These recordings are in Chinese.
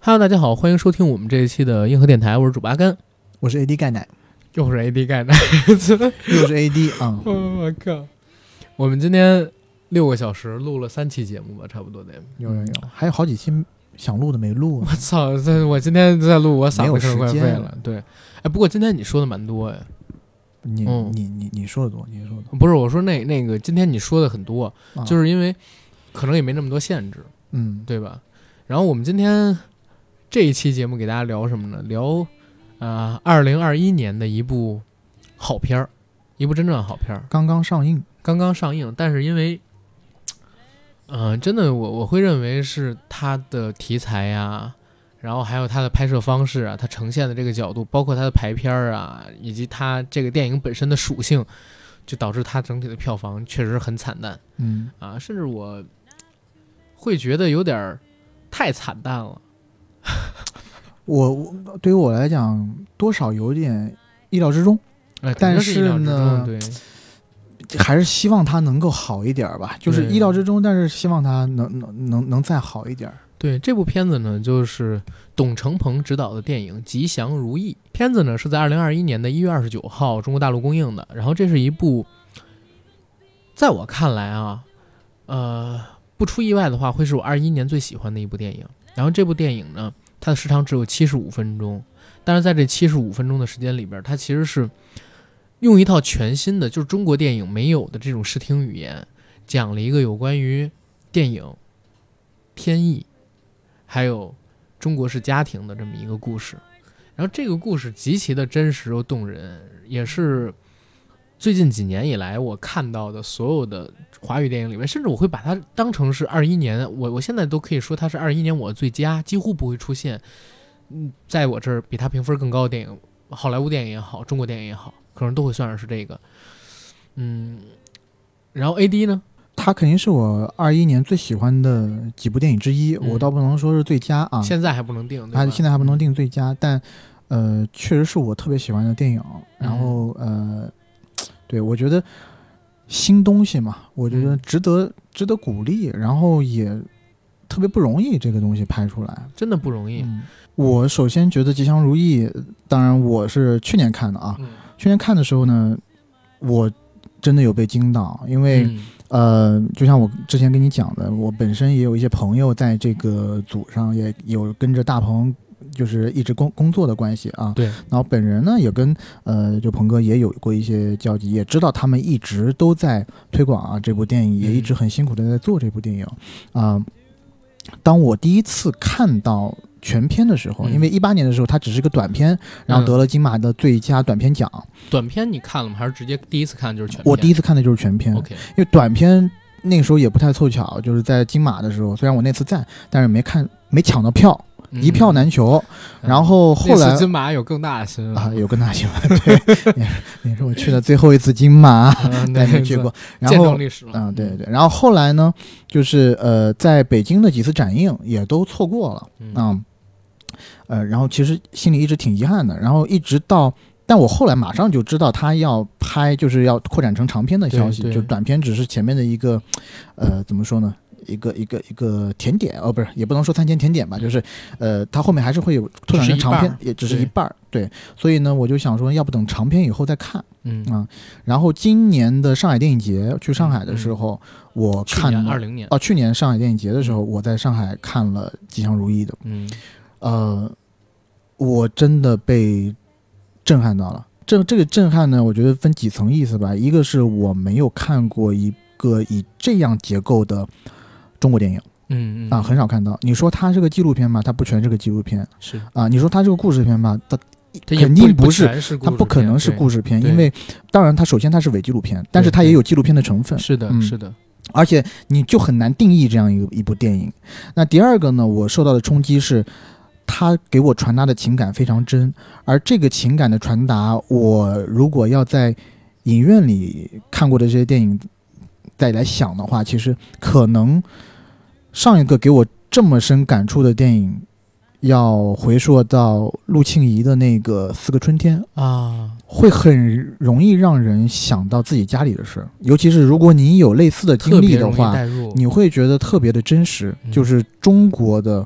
Hello， 大家好，欢迎收听我们这一期的硬核电台，我是主八根， 我是 AD 钙奶， 又是 AD 钙奶， 又是 AD 啊！ 我靠，我们今天6个小时录了3期节目吧，差不多得有，还有好几期想录的没录。 我操，我今天在录，我嗓子可能快废了。对，哎，不过今天你说的蛮多呀。 你说的多，你说的不是我说那个今天你说的很多，就是因为可能也没那么多限制，对吧？然后我们今天这一期节目给大家聊什么呢？聊2021年的一部好片儿，一部真正的好片儿， 刚刚上映， 但是因为真的我会认为是它的题材呀，然后还有它的拍摄方式啊，它呈现的这个角度，包括它的排片啊，以及它这个电影本身的属性，就导致它整体的票房确实很惨淡。甚至我会觉得有点太惨淡了。 我对于我来讲，多少有点意料之中，但是呢， 对， 还是希望它能够好一点吧。就是意料之中，但是希望它能再好一点。 对，这部片子呢，就是董成鹏执导的电影《吉祥如意》。片子呢是在2021年的1月29号中国大陆公映的。然后这是一部，在我看来啊，不出意外的话，会是我21年最喜欢的一部电影。然后这部电影呢，它的时长只有75分钟，但是在这75分钟的时间里边，它其实是用一套全新的，就是中国电影没有的这种视听语言，讲了一个有关于电影、天意还有中国式家庭的这么一个故事。然后这个故事极其的真实又动人，也是最近几年以来我看到的所有的华语电影里面，甚至我会把它当成是21年，我现在都可以说它是21年我最佳，几乎不会出现在我这儿比它评分更高的电影，好莱坞电影也好，中国电影也好，可能都会算是这个。然后 AD 呢， 它肯定是我21年最喜欢的几部电影之一，我倒不能说是最佳啊， 现在还不能定， 它现在还不能定最佳，但确实是我特别喜欢的电影。然后对，我觉得新东西嘛，我觉得值得鼓励，然后也特别不容易，这个东西拍出来真的不容易。 我首先觉得《吉祥如意》，当然我是去年看的啊，去年看的时候呢，我真的有被惊到，因为就像我之前跟你讲的，我本身也有一些朋友在这个组上，也有跟着大鹏就是一直工作的关系啊。 对。 然后本人呢也跟就鹏哥也有过一些交集，也知道他们一直都在推广啊这部电影，也一直很辛苦的在做这部电影当我第一次看到全片的时候，因为18年的时候它只是个短片，然后得了金马的最佳短片奖。 短片你看了吗？还是直接第一次看就是全片？ 我第一次看的就是全片。 OK。 因为短片那个时候也不太凑巧，就是在金马的时候，虽然我那次在，但是没抢到票，一票难求。然后后来那次金马有更大的新闻啊，有更大的新闻。对，也是我去的最后一次金马，但没去过。然后见证历史了。 对。然后后来呢，就是在北京的几次展映也都错过了然后其实心里一直挺遗憾的。然后一直到，但我后来马上就知道他要拍，就是要扩展成长片的消息，就短片只是前面的一个怎么说呢？一个甜点不是，也不能说餐前甜点吧，就是它后面还是会有拓展成长片，也只是一半。对，所以呢，我就想说，要不等长片以后再看。然后今年的上海电影节去上海的时候，我看了 2020年去年上海电影节的时候，我在上海看了《吉祥如意》的。我真的被震撼到了。这个震撼呢，我觉得分几层意思吧。一个是我没有看过一个以这样结构的中国电影，很少看到。你说它是个纪录片吧，它不全是个纪录片， 是你说它是个故事片吧，它肯定不是，它不可能是故事片，因为当然它首先它是伪纪录片，但是它也有纪录片的成分。 是的，是的。 而且你就很难定义这样一部电影。那第二个呢，我受到的冲击是，它给我传达的情感非常真，而这个情感的传达，我如果要在影院里看过的这些电影再来想的话，其实可能上一个给我这么深感触的电影，要回溯到陆庆怡的那个《4个春天》会很容易让人想到自己家里的事，尤其是如果你有类似的经历的话，你会觉得特别的真实。就是中国的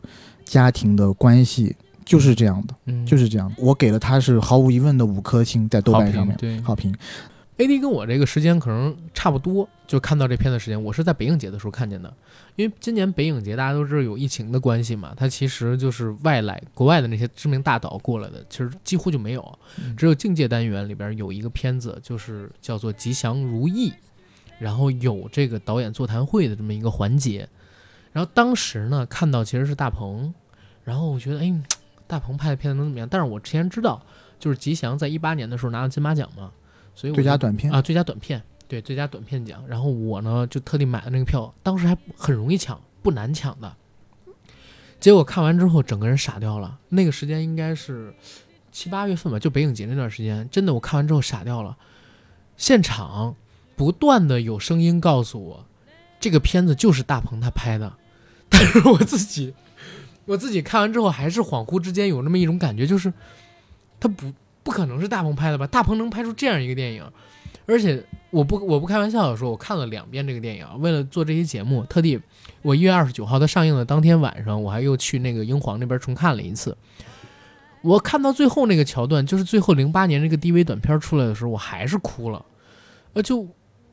家庭的关系就是这样的，就是这样的。我给了他是毫无疑问的5颗星，在豆瓣上面对好评。 AD 跟我这个时间可能差不多，就看到这片的时间，我是在北影节的时候看见的。因为今年北影节大家都知道有疫情的关系嘛，它其实就是国外的那些知名大导过来的，其实几乎就没有，只有境界单元里边有一个片子，就是叫做《吉祥如意》，然后有这个导演座谈会的这么一个环节。然后当时呢看到其实是大鹏，然后我觉得大鹏拍的片子能怎么样？但是我之前知道，就是吉祥在18年的时候拿了金马奖嘛。所以最佳短片啊，最佳短片，对，最佳短片奖。然后我呢就特地买了那个票，当时还很容易抢，不难抢的。结果看完之后，整个人傻掉了。那个时间应该是7、8月份吧，就北影节那段时间，真的我看完之后傻掉了。现场不断的有声音告诉我，这个片子就是大鹏他拍的，但是我自己看完之后，还是恍惚之间有那么一种感觉，就是他不可能是大鹏拍的吧？大鹏能拍出这样一个电影，而且我不开玩笑的说，我看了2遍这个电影，为了做这期节目，特地我1月29号它上映的当天晚上，我还又去那个英皇那边重看了一次。我看到最后那个桥段，就是最后08年这个 DV 短片出来的时候，我还是哭了，就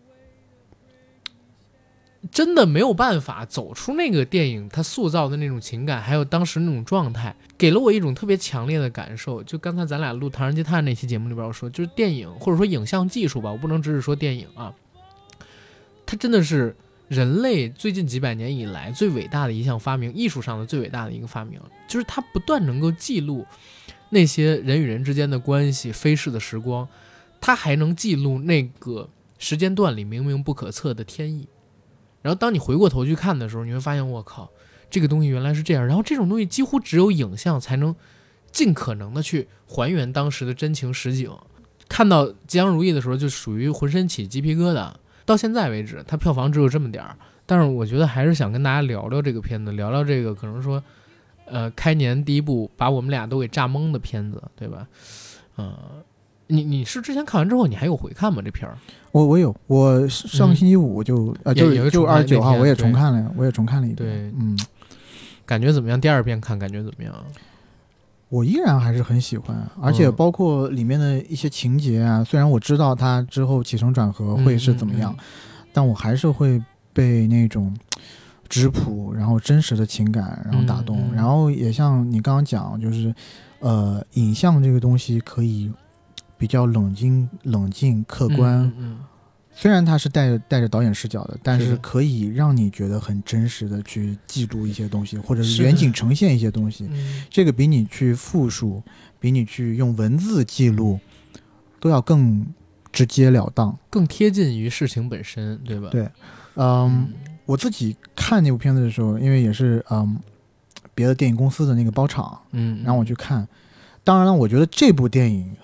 真的没有办法走出那个电影它塑造的那种情感，还有当时那种状态，给了我一种特别强烈的感受。就刚才咱俩录《唐人街探案》那期节目里边我说，就是电影或者说影像技术吧，我不能只是说电影啊，它真的是人类最近几百年以来最伟大的一项发明，艺术上的最伟大的一个发明，就是它不断能够记录那些人与人之间的关系，飞逝的时光，它还能记录那个时间段里明明不可测的天意。然后当你回过头去看的时候，你会发现我靠，这个东西原来是这样。然后这种东西几乎只有影像才能尽可能的去还原当时的真情实景。看到《吉祥如意》的时候就属于浑身起鸡皮疙瘩，到现在为止它票房只有这么点儿，但是我觉得还是想跟大家聊聊这个片子，聊聊这个可能说开年第一部把我们俩都给炸懵的片子，对吧？你是之前看完之后你还有回看吗？这片儿我有，我上个星期五就29号我也重看了，我也重看了一遍。 对，感觉怎么样？第2遍看感觉怎么样？ 我依然还是很喜欢，而且包括里面的一些情节啊，虽然我知道它之后起承转合会是怎么样，但我还是会被那种质朴然后真实的情感然后打动。然后也像你刚刚讲，就是影像这个东西可以比较冷静客观，虽然它是带着导演视角的，但是可以让你觉得很真实的去记录一些东西，或者是远景呈现一些东西。这个比你去复述，比你去用文字记录都要更直截了当， 更贴近于事情本身，对吧？ 对，我自己看那部片子的时候，因为也是别的电影公司的那个包场，让我去看。当然了，我觉得这部电影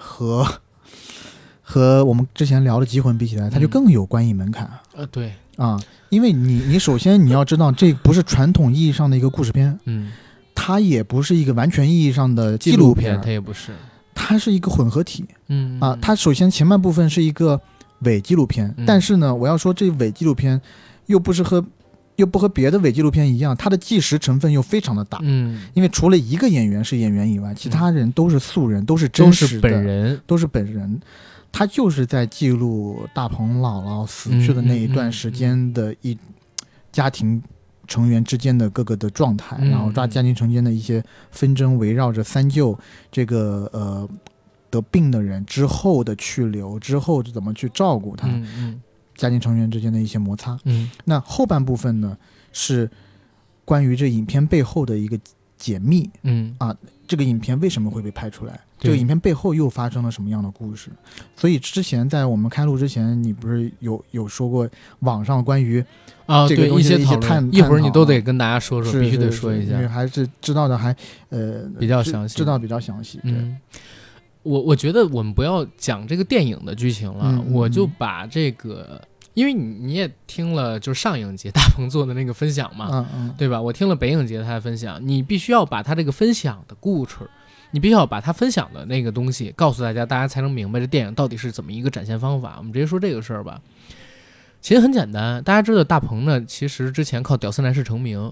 和我们之前聊的《极魂》比起来，它就更有观影门槛。 对啊，因为你首先你要知道，这不是传统意义上的一个故事片，它也不是一个完全意义上的纪录片， 它也不是， 它是一个混合体。它首先前半部分是一个伪纪录片，但是呢，我要说这伪纪录片又不和别的伪纪录片一样，它的纪实成分又非常的大。因为除了一个演员是演员以外，其他人都是素人，都是真实的，都是本人。他就是在记录大鹏姥姥死去的那一段时间的家庭成员之间的各个的状态，然后家庭成员的一些纷争，围绕着三舅这个得病的人之后的去留，之后怎么去照顾他，家庭成员之间的一些摩擦。那后半部分呢是关于这影片背后的一个解密。这个影片为什么会被拍出来？这个影片背后又发生了什么样的故事？所以之前在我们开录之前，你不是有说过网上关于这个东西的一些探讨， 一会儿你都得跟大家说说，必须得说一下， 因为还是知道的还比较详细， 知道比较详细。 我觉得我们不要讲这个电影的剧情了，我就把这个。因为你也听了就是上影节大鹏做的那个分享嘛，对吧？我听了北影节他的分享，你必须要把他这个分享的故事，你必须要把他分享的那个东西告诉大家，大家才能明白这电影到底是怎么一个展现方法。我们直接说这个事儿吧。其实很简单，大家知道大鹏呢，其实之前靠屌丝男士成名，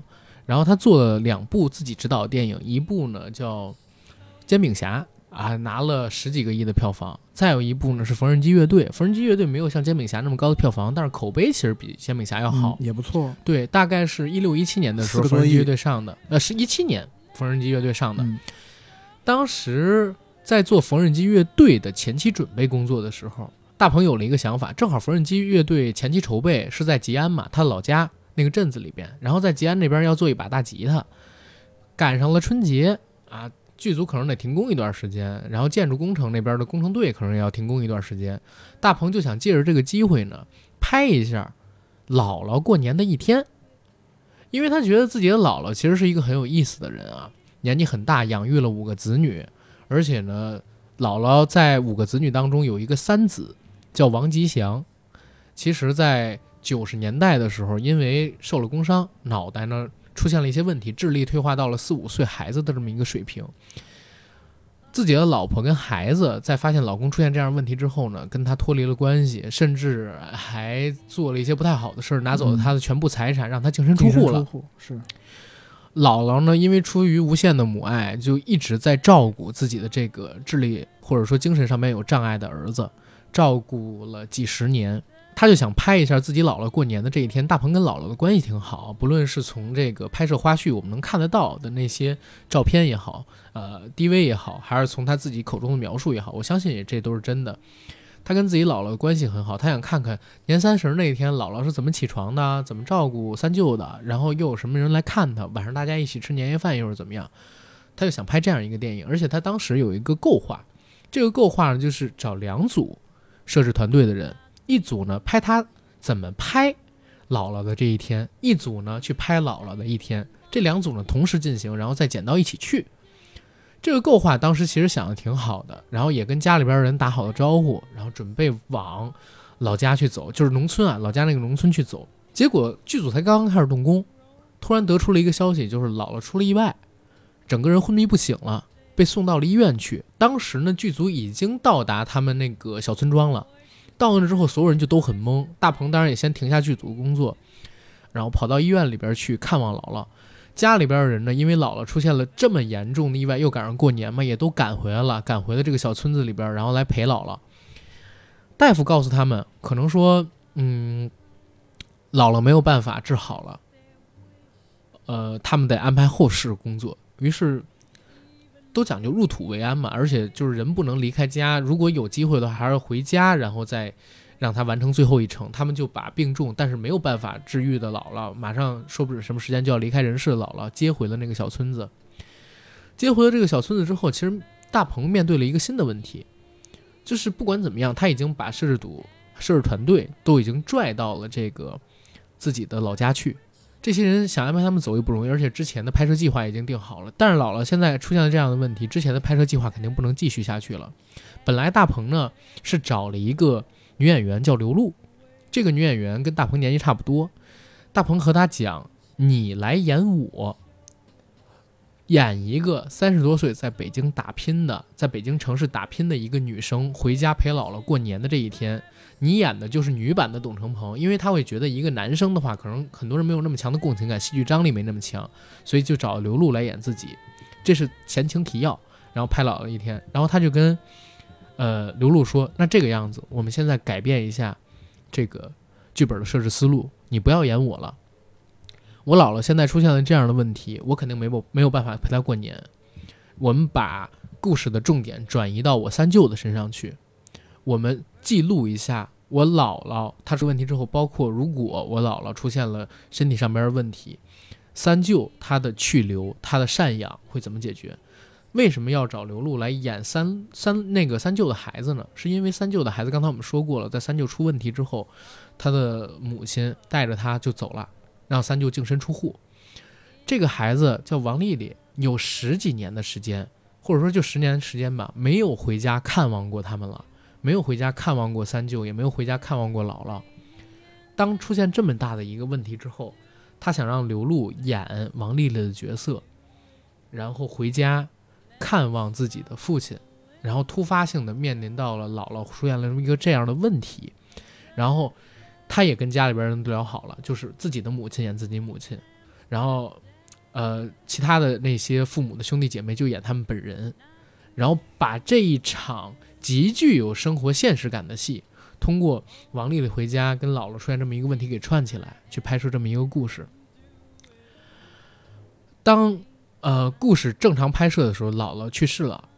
然后他做了2部自己执导的电影，一部呢叫《煎饼侠》啊，拿了10几个亿的票房，再有一部呢是缝纫机乐队。缝纫机乐队没有像煎饼侠那么高的票房，但是口碑其实比煎饼侠要好， 也不错。 对，大概是16、17年的时候缝纫机乐队上的，是17年缝纫机乐队上的。当时在做缝纫机乐队的前期准备工作的时候，大鹏有了一个想法，正好缝纫机乐队前期筹备是在吉安嘛，他老家那个镇子里边，然后在吉安那边要做一把大吉他，赶上了春节啊，剧组可能得停工一段时间，然后建筑工程那边的工程队可能也要停工一段时间，大鹏就想借着这个机会呢，拍一下姥姥过年的一天，因为他觉得自己的姥姥其实是一个很有意思的人啊，年纪很大，养育了5个子女，而且呢，姥姥在5个子女当中有一个3子，叫王吉祥。其实，在90年代的时候，因为受了工伤，脑袋呢出现了一些问题，智力退化到了4、5岁孩子的这么一个水平。自己的老婆跟孩子在发现老公出现这样的问题之后呢，跟他脱离了关系，甚至还做了一些不太好的事，拿走了他的全部财产，让他净身出户了。 是。 姥姥呢，因为出于无限的母爱，就一直在照顾自己的这个智力或者说精神上面有障碍的儿子，照顾了几十年。他就想拍一下自己姥姥过年的这一天。大鹏跟姥姥的关系挺好，不论是从这个拍摄花絮我们能看得到的那些照片也好，DV 也好，还是从他自己口中的描述也好，我相信这都是真的。他跟自己姥姥的关系很好，他想看看年30那一天姥姥是怎么起床的，怎么照顾三舅的，然后又有什么人来看他，晚上大家一起吃年夜饭又是怎么样。他就想拍这样一个电影，而且他当时有一个构划，这个构划呢就是找2组摄制团队的人，一组呢拍他怎么拍姥姥的这一天，一组呢去拍姥姥的一天，这2组呢同时进行，然后再剪到一起去。这个构划当时其实想的挺好的，然后也跟家里边人打好了招呼，然后准备往老家去走，就是农村啊，老家那个农村去走。结果剧组才刚刚开始动工，突然得出了一个消息，就是姥姥出了意外，整个人昏迷不醒了，被送到了医院去。当时呢，剧组已经到达他们那个小村庄了，到那之后所有人就都很懵。大鹏当然也先停下剧组工作，然后跑到医院里边去看望姥姥。家里边的人呢，因为姥姥出现了这么严重的意外，又赶上过年嘛，也都赶回来了，赶回了这个小村子里边，然后来陪姥姥。大夫告诉他们，可能说姥姥没有办法治好了，他们得安排后事工作。于是都讲究入土为安嘛，而且就是人不能离开家，如果有机会的话还是回家，然后再让他完成最后一程。他们就把病重但是没有办法治愈的姥姥，马上说不准什么时间就要离开人世的姥姥接回了那个小村子。接回了这个小村子之后，其实大鹏面对了一个新的问题，就是不管怎么样，他已经把摄制团队都已经拽到了这个自己的老家去。这些人想安排他们走也不容易，而且之前的拍摄计划已经定好了。但是姥姥现在出现了这样的问题，之前的拍摄计划肯定不能继续下去了。本来大鹏呢是找了一个女演员叫刘露，这个女演员跟大鹏年纪差不多。大鹏和她讲，你来演我，演一个30多岁在北京打拼的，在北京城市打拼的一个女生，回家陪姥姥过年的这一天，你演的就是女版的董成鹏。因为他会觉得一个男生的话，可能很多人没有那么强的共情感，戏剧张力没那么强，所以就找刘露来演自己，这是前情提要。然后拍姥姥一天，然后他就跟刘露说，那这个样子我们现在改变一下这个剧本的设置思路，你不要演我了，我姥姥现在出现了这样的问题，我肯定没有办法陪她过年，我们把故事的重点转移到我三舅的身上去，我们记录一下我姥姥她出问题之后，包括如果我姥姥出现了身体上边的问题，三舅他的去留他的赡养会怎么解决。为什么要找刘露来演三舅的孩子呢？是因为三舅的孩子刚才我们说过了，在三舅出问题之后，他的母亲带着他就走了，让三舅净身出户。这个孩子叫王丽丽，有10几年的时间，或者说就10年的时间吧，没有回家看望过他们了，没有回家看望过三舅，也没有回家看望过姥姥。当出现这么大的一个问题之后，他想让刘露演王丽丽的角色，然后回家看望自己的父亲，然后突发性的面临到了姥姥出现了一个这样的问题，然后他也跟家里边人聊好了，就是自己的母亲演自己母亲，然后其他的那些父母的兄弟姐妹就演他们本人，然后把这一场极具有生活现实感的戏，通过王丽丽回家跟姥姥出现这么一个问题给串起来，去拍摄这么一个故事。当故事正常拍摄的时候，姥姥去世了，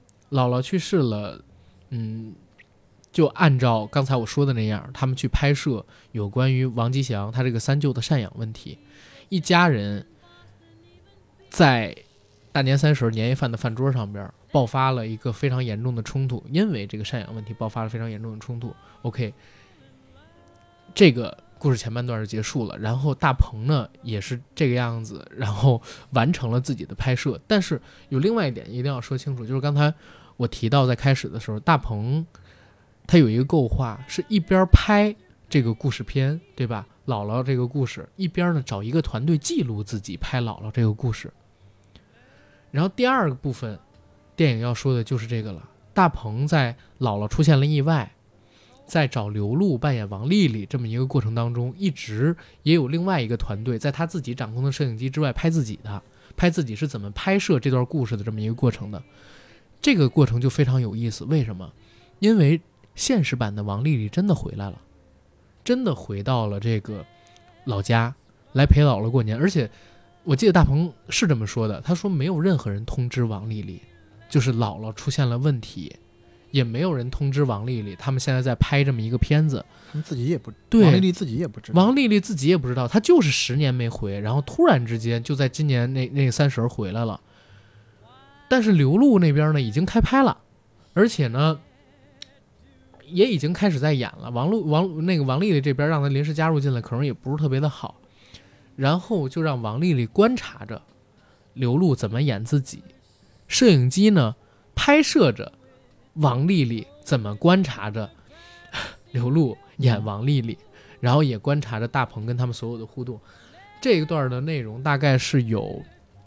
就按照刚才我说的那样，他们去拍摄有关于王吉祥他这个三舅的赡养问题。一家人在大年30年夜饭的饭桌上边爆发了一个非常严重的冲突，因为这个赡养问题爆发了非常严重的冲突。OK， 这个故事前半段就结束了，然后大鹏呢也是这个样子，然后完成了自己的拍摄。但是有另外一点一定要说清楚，就是刚才我提到在开始的时候，大鹏他有一个构画，是一边拍这个故事片，对吧？姥姥这个故事，一边呢找一个团队记录自己拍姥姥这个故事。然后第二个部分，电影要说的就是这个了。大鹏在姥姥出现了意外，在找刘露扮演王丽丽这么一个过程当中，一直也有另外一个团队在他自己掌控的摄影机之外拍自己是怎么拍摄这段故事的这么一个过程的。这个过程就非常有意思，为什么？因为现实版的王丽丽真的回来了，真的回到了这个老家来陪姥姥过年。而且我记得大鹏是这么说的，他说没有任何人通知王丽丽，就是姥姥出现了问题，也没有人通知王丽丽他们现在在拍这么一个片子， 他们自己也不， 对， 王丽丽自己也不知道， 王丽丽自己也不知道，她就是10年没回，然后突然之间就在今年那30回来了。但是刘露那边呢已经开拍了，而且呢也已经开始在演了。王丽丽这边让她临时加入进来，可能也不是特别的好，然后就让王丽丽观察着刘露怎么演自己，摄影机呢拍摄着王丽丽怎么观察着刘露演王丽丽，然后也观察着大鹏跟他们所有的互动。这一段的内容大概是有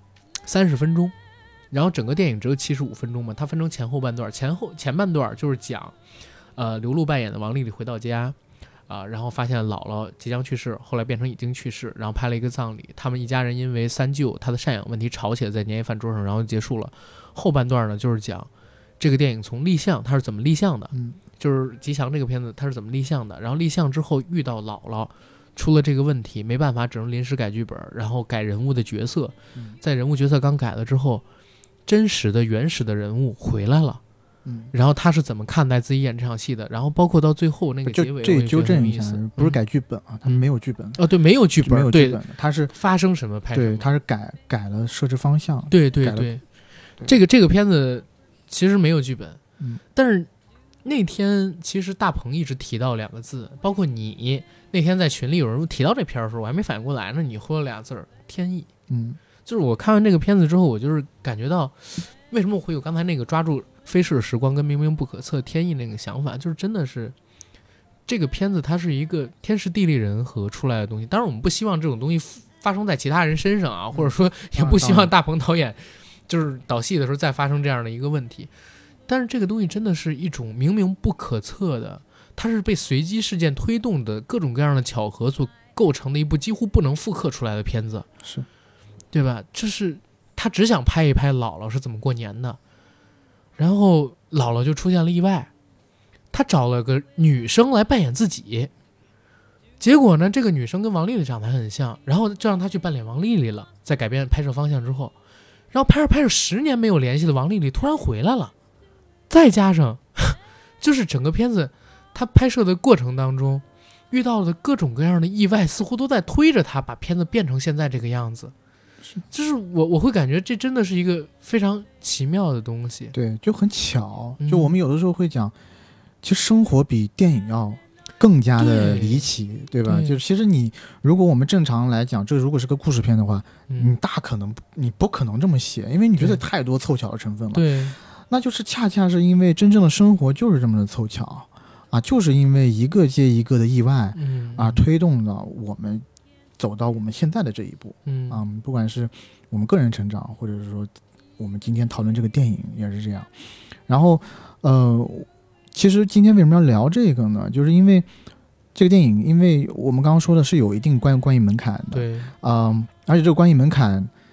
30分钟，然后整个电影只有75分钟嘛，它分成前后半段，前半段就是讲刘露扮演的王丽丽回到家然后发现姥姥即将去世，后来变成已经去世，然后拍了一个葬礼，他们一家人因为三舅他的赡养问题吵起来，在年夜饭桌上，然后结束了。后半段呢就是讲这个电影从立项它是怎么立项的，就是吉祥这个片子它是怎么立项的，然后立项之后遇到姥姥出了这个问题，没办法只能临时改剧本，然后改人物的角色，在人物角色刚改了之后，真实的原始的人物回来了，然后他是怎么看待自己演这场戏的，然后包括到最后那个结尾， 这纠正一下，不是改剧本啊，他们没有剧本对，没有剧本， 没有剧本，他是发生什么拍什么， 对，他是改了设置方向， 对，这个片子其实没有剧本，但是那天其实大鹏一直提到2个字，包括你那天在群里有人提到这片的时候，我还没反应过来呢，你说了2字天意，就是我看完这个片子之后，我就是感觉到为什么我会有刚才那个抓住飞逝的时光跟明明不可测天意那个想法，就是真的是这个片子它是一个天时地利人和出来的东西。当然我们不希望这种东西发生在其他人身上啊，或者说也不希望大鹏导演就是导戏的时候再发生这样的一个问题，但是这个东西真的是一种明明不可测的，它是被随机事件推动的各种各样的巧合所构成的一部几乎不能复刻出来的片子， 是对吧？就是他只想拍一拍姥姥是怎么过年的，然后姥姥就出现了意外，他找了个女生来扮演自己，结果呢这个女生跟王丽丽长得很像，然后就让他去扮演王丽丽了。在改变拍摄方向之后，然后拍着10年没有联系的王丽丽突然回来了，再加上就是整个片子他拍摄的过程当中遇到的各种各样的意外，似乎都在推着他把片子变成现在这个样子。就是我会感觉这真的是一个非常奇妙的东西， 对，就很巧。就我们有的时候会讲，其实生活比电影要更加的离奇， 对吧？就是其实如果我们正常来讲，这如果是个故事片的话，你不可能这么写，因为你觉得太多凑巧的成分了。 对， 那就是恰恰是因为真正的生活就是这么的凑巧啊，就是因为一个接一个的意外推动了我们走到我们现在的这一步。不管是我们个人成长，或者是说我们今天讨论这个电影也是这样。然后其实今天为什么要聊这个呢？就是因为这个电影，因为我们刚刚说的是有一定关于门槛的， 对， 而且这个关于门槛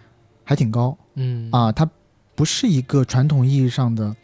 还挺高，它不是一个传统意义上的，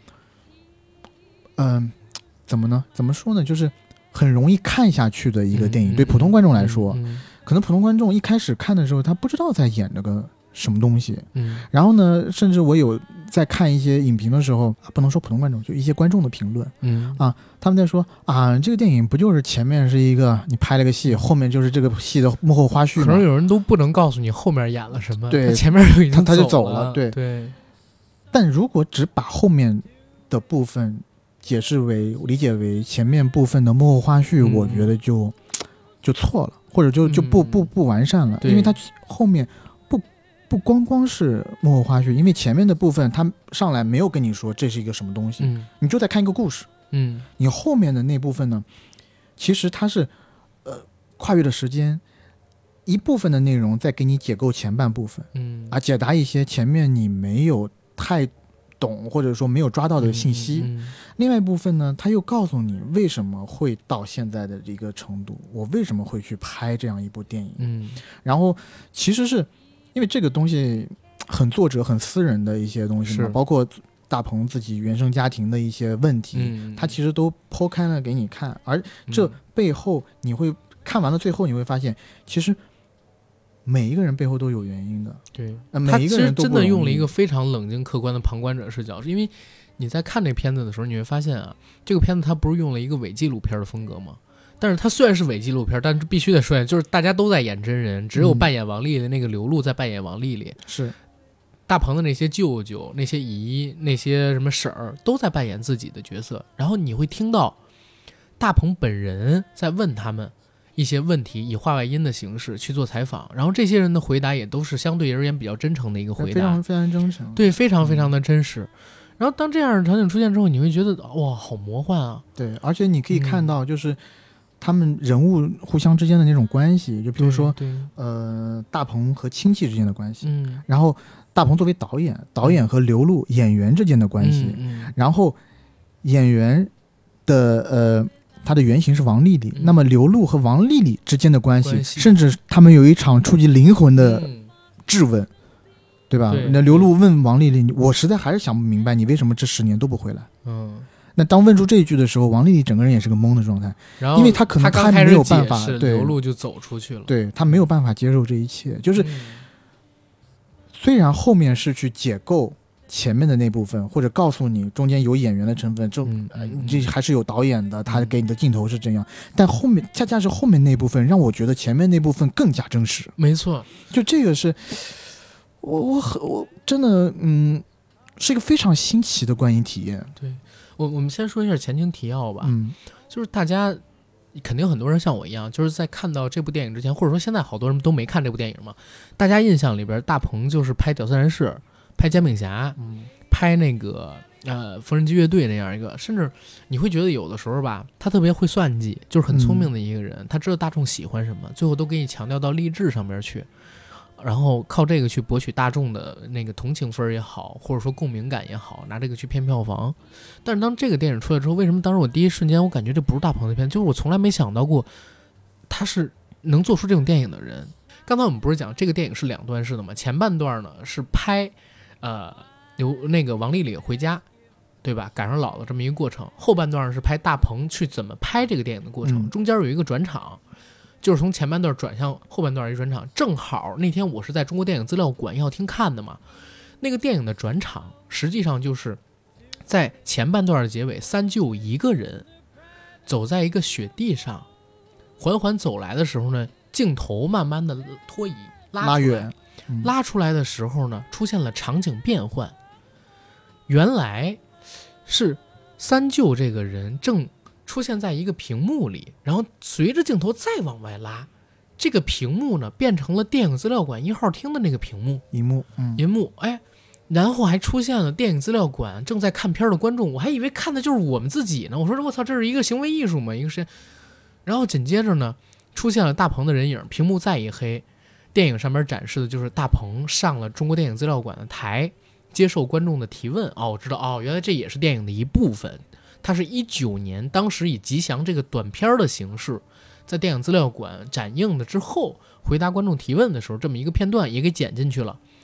怎么说呢？就是很容易看下去的一个电影。对普通观众来说，可能普通观众一开始看的时候，他不知道在演这个什么东西。然后呢，甚至我有在看一些影评的时候，不能说普通观众，就一些观众的评论，他们在说这个电影不就是前面是一个你拍了个戏，后面就是这个戏的幕后花絮吗？ 可能有人都不能告诉你后面演了什么， 对， 前面就已经他就走了， 对。 但如果只把后面的部分理解为前面部分的幕后花絮，我觉得就错了，或者就不完善了，因为它后面不光是幕后花絮，因为前面的部分他上来没有跟你说这是一个什么东西，你就在看一个故事，你后面的那部分呢，其实它是跨越了时间，一部分的内容在给你解构前半部分，解答一些前面你没有太懂或者说没有抓到的信息，另外一部分呢，他又告诉你为什么会到现在的这个程度，我为什么会去拍这样一部电影，然后其实是因为这个东西很作者很私人的一些东西嘛，包括大鹏自己原生家庭的一些问题，他其实都剖开了给你看，而这背后你会看完了最后你会发现，其实每一个人背后都有原因的。 对， 每一个人都他其实真的用了一个非常冷静客观的旁观者视角，因为你在看这片子的时候，你会发现这个片子它不是用了一个伪纪录片的风格吗？但是它虽然是伪纪录片，但是必须得说，就是大家都在演真人，只有扮演王丽的那个刘露在扮演王丽丽， 是大鹏的那些舅舅、那些姨、那些什么婶儿都在扮演自己的角色，然后你会听到大鹏本人在问他们一些问题，以话外音的形式去做采访，然后这些人的回答也都是相对而言比较真诚的一个回答， 非常非常真诚， 对，非常非常的真实。然后当这样的场景出现之后，你会觉得哇，好魔幻啊！ 对，而且你可以看到，就是他们人物互相之间的那种关系，就比如说，大鹏和亲戚之间的关系，然后大鹏作为导演和刘露演员之间的关系，然后演员的他的原型是王丽丽，那么刘露和王丽丽之间的关系，甚至他们有一场触及灵魂的质问，对吧？那刘露问王丽丽，我实在还是想不明白你为什么这10年都不回来。那当问出这一句的时候，王丽丽整个人也是个懵的状态， 然后因为他可能他没有办法，对， 刘露就走出去了， 对，他没有办法接受这一切，就是虽然后面是去解构前面的那部分，或者告诉你中间有演员的成分，这还是有导演的，他给你的镜头是这样，但后面恰恰是后面那部分让我觉得前面那部分更加真实。 没错， 就这个是我真的是一个非常新奇的观影体验。 对，我们先说一下前情提要吧，就是大家肯定很多人像我一样，就是在看到这部电影之前，或者说现在好多人都没看这部电影嘛，大家印象里边大鹏就是拍屌丝战士，拍煎饼侠，拍那个缝纫机乐队那样一个，甚至你会觉得有的时候吧，他特别会算计，就是很聪明的一个人，他知道大众喜欢什么，最后都给你强调到励志上面去，然后靠这个去博取大众的那个同情分也好，或者说共鸣感也好，拿这个去骗票房。但是当这个电影出来之后，为什么当时我第一瞬间我感觉这不是大鹏的片，就是我从来没想到过他是能做出这种电影的人。刚才我们不是讲这个电影是2段式的吗？前半段呢是拍那个王丽丽回家，对吧？赶上姥姥这么一个过程。后半段是拍大鹏去怎么拍这个电影的过程，中间有一个转场，就是从前半段转向后半段一转场。正好那天我是在中国电影资料馆要厅看的嘛，那个电影的转场实际上就是在前半段的结尾，三舅一个人走在一个雪地上，缓缓走来的时候呢，镜头慢慢的拖移拉远，拉出来的时候呢，出现了场景变换。原来是三舅这个人正出现在一个屏幕里，然后随着镜头再往外拉，这个屏幕呢变成了电影资料馆1号厅的那个屏幕银幕， 然后还出现了电影资料馆正在看片的观众，我还以为看的就是我们自己呢，我说我操，这是一个行为艺术吗？一个是，然后紧接着呢出现了大鹏的人影，屏幕再一黑，电影上面展示的就是大鹏上了中国电影资料馆的台，接受观众的提问。我知道原来这也是电影的一部分。它是19年当时以吉祥这个短片的形式在电影资料馆展映的之后，回答观众提问的时候这么一个片段也给剪进去了。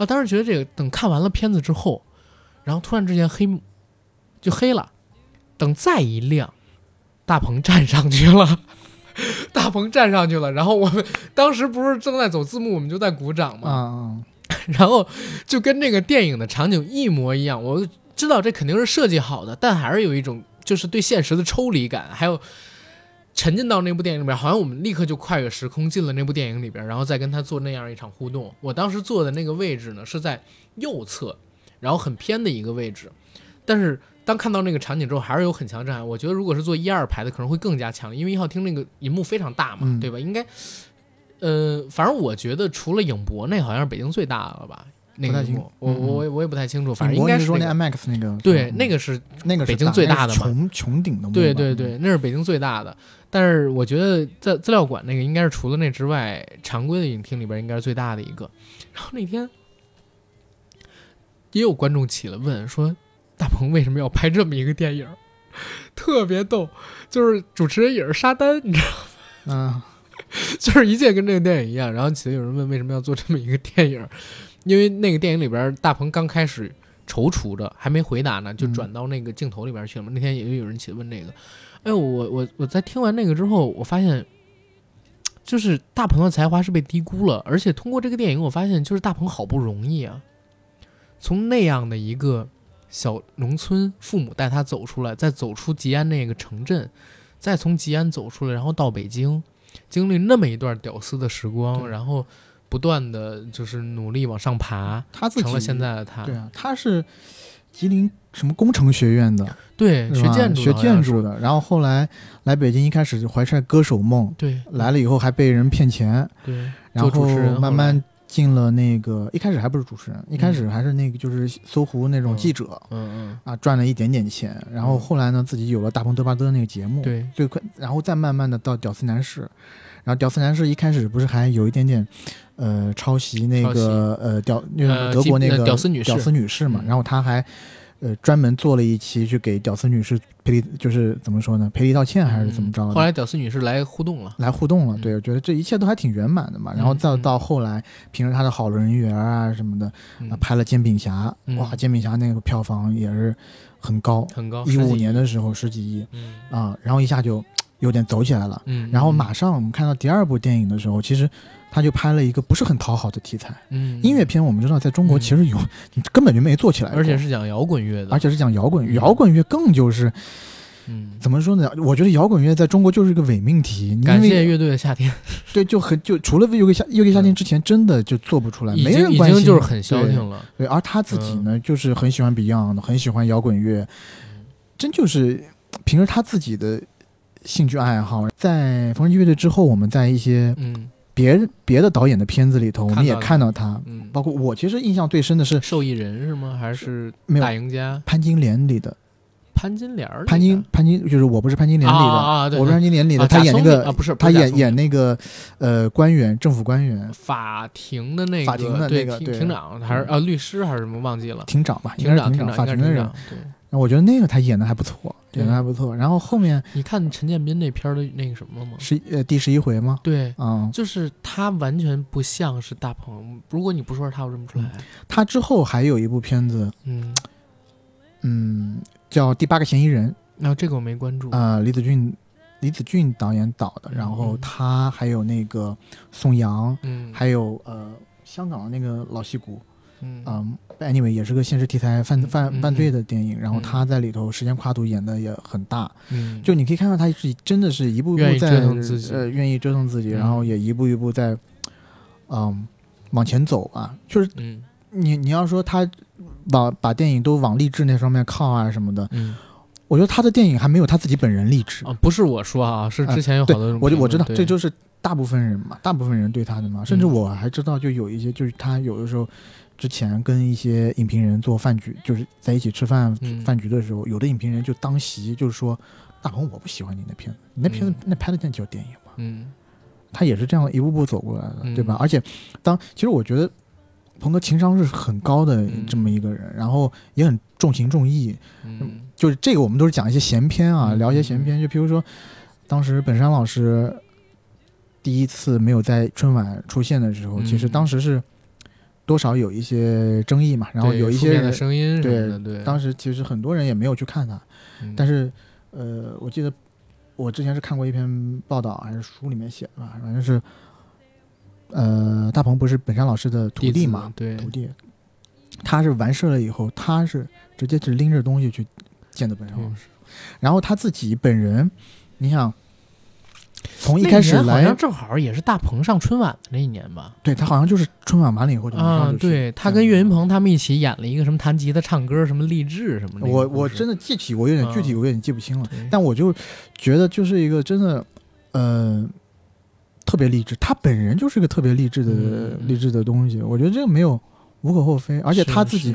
当时觉得这个等看完了片子之后，然后突然之间黑了，等再一亮，大鹏站上去了。大鹏站上去了，然后我们当时不是正在走字幕，我们就在鼓掌嘛，然后就跟这个电影的场景一模一样。我知道这肯定是设计好的，但还是有一种就是对现实的抽离感，还有沉浸到那部电影里边，好像我们立刻就跨越时空进了那部电影里边，然后再跟他做那样一场互动。我当时坐的那个位置呢是在右侧，然后很偏的一个位置，但是当看到那个场景之后，还是有很强的震撼。我觉得如果是坐1、2排的，可能会更加强烈，因为1号厅那个银幕非常大嘛，对吧？应该，反正我觉得除了影博那好像是北京最大了吧？那个银幕，我也不太清楚，反正应该是、 说那 IMAX 那个， 对，那个是北京最大的嘛， 穹顶的幕， 对，那是北京最大的。但是我觉得在资料馆那个应该是除了那之外，常规的影厅里边应该是最大的一个。然后那天也有观众起了问说，大鹏为什么要拍这么一个电影？特别逗，就是主持人也是沙丹，你知道吗？就是一切跟这个电影一样。然后起来有人问为什么要做这么一个电影，因为那个电影里边大鹏刚开始踌躇着，还没回答呢，就转到那个镜头里边去了嘛。那天也有人起问这个，哎呦，我在听完那个之后，我发现就是大鹏的才华是被低估了，而且通过这个电影，我发现就是大鹏好不容易啊，从那样的一个小农村，父母带他走出来，再走出吉安那个城镇，再从吉安走出来，然后到北京，经历那么一段屌丝的时光，然后不断的就是努力往上爬， 他自己成了现在的他。 对啊，他是吉林什么工程学院的， 对，学建筑的，然后后来来北京，一开始就怀揣歌手梦， 对，来了以后还被人骗钱， 对， 然后慢慢进了那个，一开始还不是主持人，一开始还是那个就是搜狐那种记者，赚了一点点钱，然后后来呢自己有了大鹏嘚吧嘚那个节目， 对， 最快，然后再慢慢的到屌丝男士，然后屌丝男士一开始不是还有一点点抄袭那个德国那个屌丝女士嘛，然后他还专门做了一期去给屌丝女士就是怎么说呢，赔礼道歉还是怎么着的。 后来屌丝女士来互动了， 对，我觉得这一切都还挺圆满的嘛。然后再到后来，凭着他的好人缘啊什么的，拍了《煎饼侠》，哇，《煎饼侠》那个票房也是很高，15年的时候10几亿，然后一下就有点走起来了。然后马上我们看到第二部电影的时候，其实他就拍了一个不是很讨好的题材，音乐片我们知道在中国其实有，你根本就没做起来过， 而且是讲摇滚乐的， 摇滚乐更就是，怎么说呢？我觉得摇滚乐在中国就是一个伪命题。 感谢乐队的夏天， 对，就除了乐队夏天之前，真的就做不出来，没人关心， 已经就是很消停了。 对，而他自己呢，就是很喜欢 Beyond，很喜欢摇滚乐，真就是凭着他自己的兴趣爱好，在缝纫机乐队之后，我们在一些别的导演的片子里头，我们也看到他，包括我其实印象最深的是《 受益人》是吗？还是大赢家？ 潘金莲里的潘金莲， 潘金就是我不是潘金莲里的， 对， 我不是潘金莲里的，他演那个不是他演那个官员，政府官员， 法庭的那个庭长还是律师还是什么忘记了， 庭长吧， 庭长法庭的人， 对。 我觉得那个他演的还不错，然后后面你看陈建斌那片的那个什么了吗？ 是第11回吗？ 对，就是他完全不像是大鹏。如果你不说是他，我认不出来。 他之后还有一部片子，叫《第8个嫌疑人》。 这个我没关注。 李子俊导演导的，然后他还有那个宋阳，还有香港的那个老戏骨。anyway 也是个现实题材犯罪的电影，然后他在里头时间跨度演的也很大，就你可以看到他是真的是一步一步在愿意折腾自己，然后也一步一步在往前走啊，就是你要说他把电影都往励志那方面靠啊什么的，我觉得他的电影还没有他自己本人励志不是我说啊，是之前有好多人我知道这就是大部分人对他的嘛，甚至我还知道就有一些就是他有的时候之前跟一些影评人做饭局，就是在一起吃饭局的时候，有的影评人就当席就是说，大鹏我不喜欢你那片子，你那片子那拍的那叫电影吗？他也是这样一步步走过来的，对吧？而且其实我觉得鹏哥情商是很高的这么一个人，然后也很重情重义，就是这个我们都是讲一些闲篇啊，聊一些闲篇，就比如说当时本山老师第一次没有在春晚出现的时候，其实当时是多少有一些争议嘛，然后有一些的声音什么的，对， 当时其实很多人也没有去看它，但是我记得我之前是看过一篇报道还是书里面写的吧，反正是大鹏不是本山老师的徒弟嘛， 对， 徒弟，他是完事了以后，他是直接是拎着东西去见的本山老师，然后他自己本人，你想。从一开始来， 好像正好也是大鹏上春晚的那一年吧？ 对，他好像就是春晚完了以后就马上就去。 对，他跟岳云鹏他们一起演了一个什么弹吉他、唱歌、什么励志什么的。 我真的记起，我有点具体，我有点记不清了。但我就觉得就是一个真的，特别励志。他本人就是一个特别励志的东西。我觉得这个没有无可厚非，而且他自己，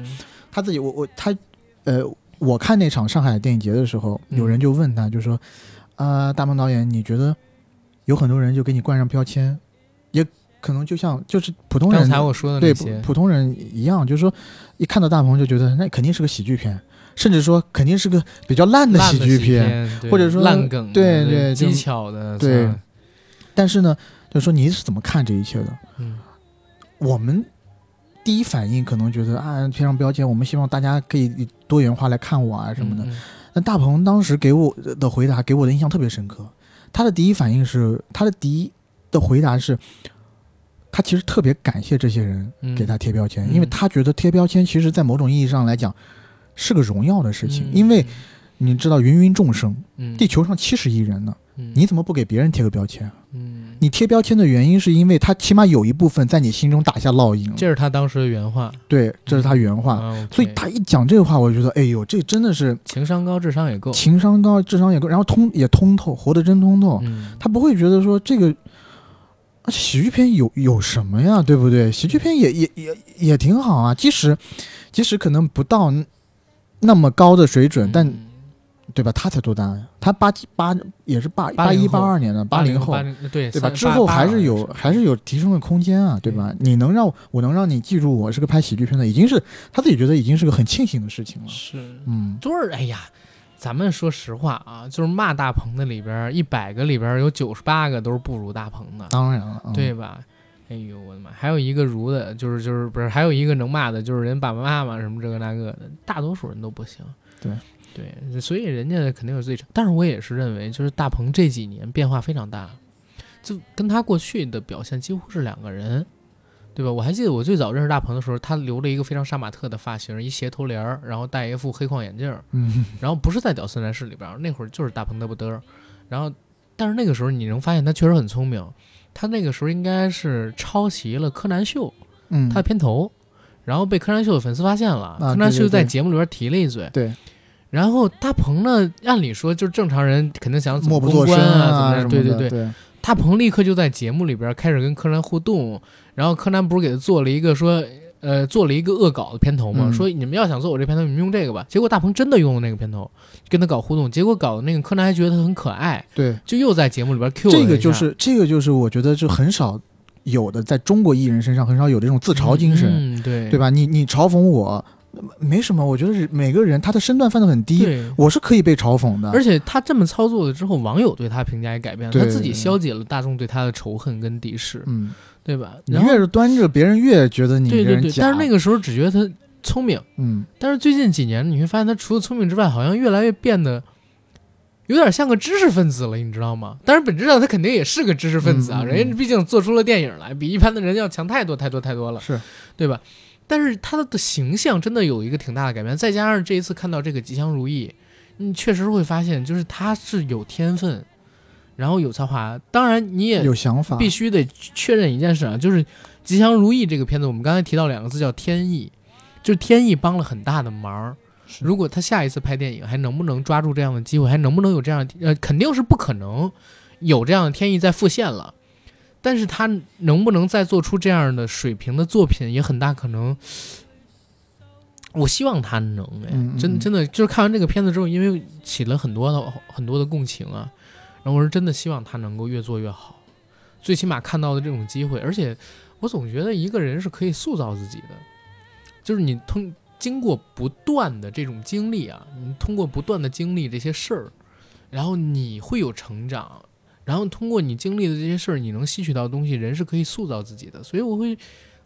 我看那场上海电影节的时候，有人就问他，就说。大鹏导演，你觉得有很多人就给你冠上标签，也可能就是普通人， 刚才我说的那些对普通人一样，就是说一看到大鹏就觉得那肯定是个喜剧片，甚至说肯定是个比较烂的喜剧片，或者说烂梗， 对技巧的， 对。但是呢，就是说你是怎么看这一切的？我们第一反应可能觉得贴上标签，我们希望大家可以多元化来看我啊什么的。但大鹏当时给我的回答给我的印象特别深刻，他的第一回答是，他其实特别感谢这些人给他贴标签，因为他觉得贴标签其实在某种意义上来讲是个荣耀的事情，因为你知道芸芸众生，地球上70亿人呢，你怎么不给别人贴个标签？你贴标签的原因是因为他起码有一部分在你心中打下烙印， 这是他当时的原话。 对，这是他原话。所以他一讲这个话，我觉得，哎呦，这真的是情商高，智商也够， 然后通透，活得真通透。他不会觉得说这个喜剧片有什么呀，对不对？喜剧片也挺好啊，即使可能不到那么高的水准，但。对吧？他才多大呀？他也是81、82年的80后， 对吧？之后还是有提升的空间啊，对吧？我能让你记住我是个拍喜剧片的，已经是他自己觉得已经是个很庆幸的事情了。 是，就是哎呀，咱们说实话啊，就是骂大鹏的里边，100个里边有98个都是不如大鹏的， 当然了， 对吧？哎呦我的妈！还有一个如的，就是不是还有一个能骂的，就是人爸爸妈妈什么这个那个的，大多数人都不行。对，所以人家肯定有自己，但是我也是认为，就是大鹏这几年变化非常大，就跟他过去的表现几乎是两个人，对吧？我还记得我最早认识大鹏的时候，他留了一个非常杀马特的发型，一斜头帘，然后戴一副黑框眼镜，然后不是在屌丝男士里边，那会儿就是大鹏嘚不嘚，然后但是那个时候你能发现他确实很聪明，他那个时候应该是抄袭了柯南秀，他的片头，然后被柯南秀的粉丝发现了，柯南秀在节目里边提了一嘴， 对。 然后大鹏呢，按理说就是正常人肯定想怎么公关啊，怎么对， 大鹏立刻就在节目里边开始跟柯南互动，然后柯南不是给他做了一个恶搞的片头嘛，说你们要想做我这片头，你们用这个吧。结果大鹏真的用了那个片头，跟他搞互动，结果搞的那个柯南还觉得他很可爱， 对， 就又在节目里边 Q 了这个就是我觉得就很少有的，在中国艺人身上很少有这种自嘲精神，对吧？你嘲讽我。没什么，我觉得是每个人他的身段放得很低，我是可以被嘲讽的。 而且他这么操作了之后，网友对他评价也改变了，他自己消解了大众对他的仇恨跟敌视，对吧？ 你越是端着，别人越觉得你对，但是那个时候只觉得他聪明，但是最近几年你会发现他除了聪明之外，好像越来越变得有点像个知识分子了，你知道吗？当然本质上他肯定也是个知识分子啊，人家毕竟做出了电影来，比一般的人要强太多了， 是对吧？但是他的形象真的有一个挺大的改变，再加上这一次看到这个吉祥如意，你确实会发现，就是他是有天分，然后有才华，当然你也有想法， 必须得确认一件事啊，就是吉祥如意这个片子，我们刚才提到2个字叫天意，就是天意帮了很大的忙。如果他下一次拍电影还能不能抓住这样的机会，还能不能有这样肯定是不可能有这样的天意再复现了。但是他能不能再做出这样的水平的作品，也很大可能。我希望他能真的就是看完这个片子之后，因为起了很多的共情啊，然后我是真的希望他能够越做越好，最起码看到的这种机会。而且我总觉得一个人是可以塑造自己的，就是你经过不断的这种经历啊，你通过不断的经历这些事儿，然后你会有成长。然后通过你经历的这些事儿，你能吸取到的东西，人是可以塑造自己的。所以我会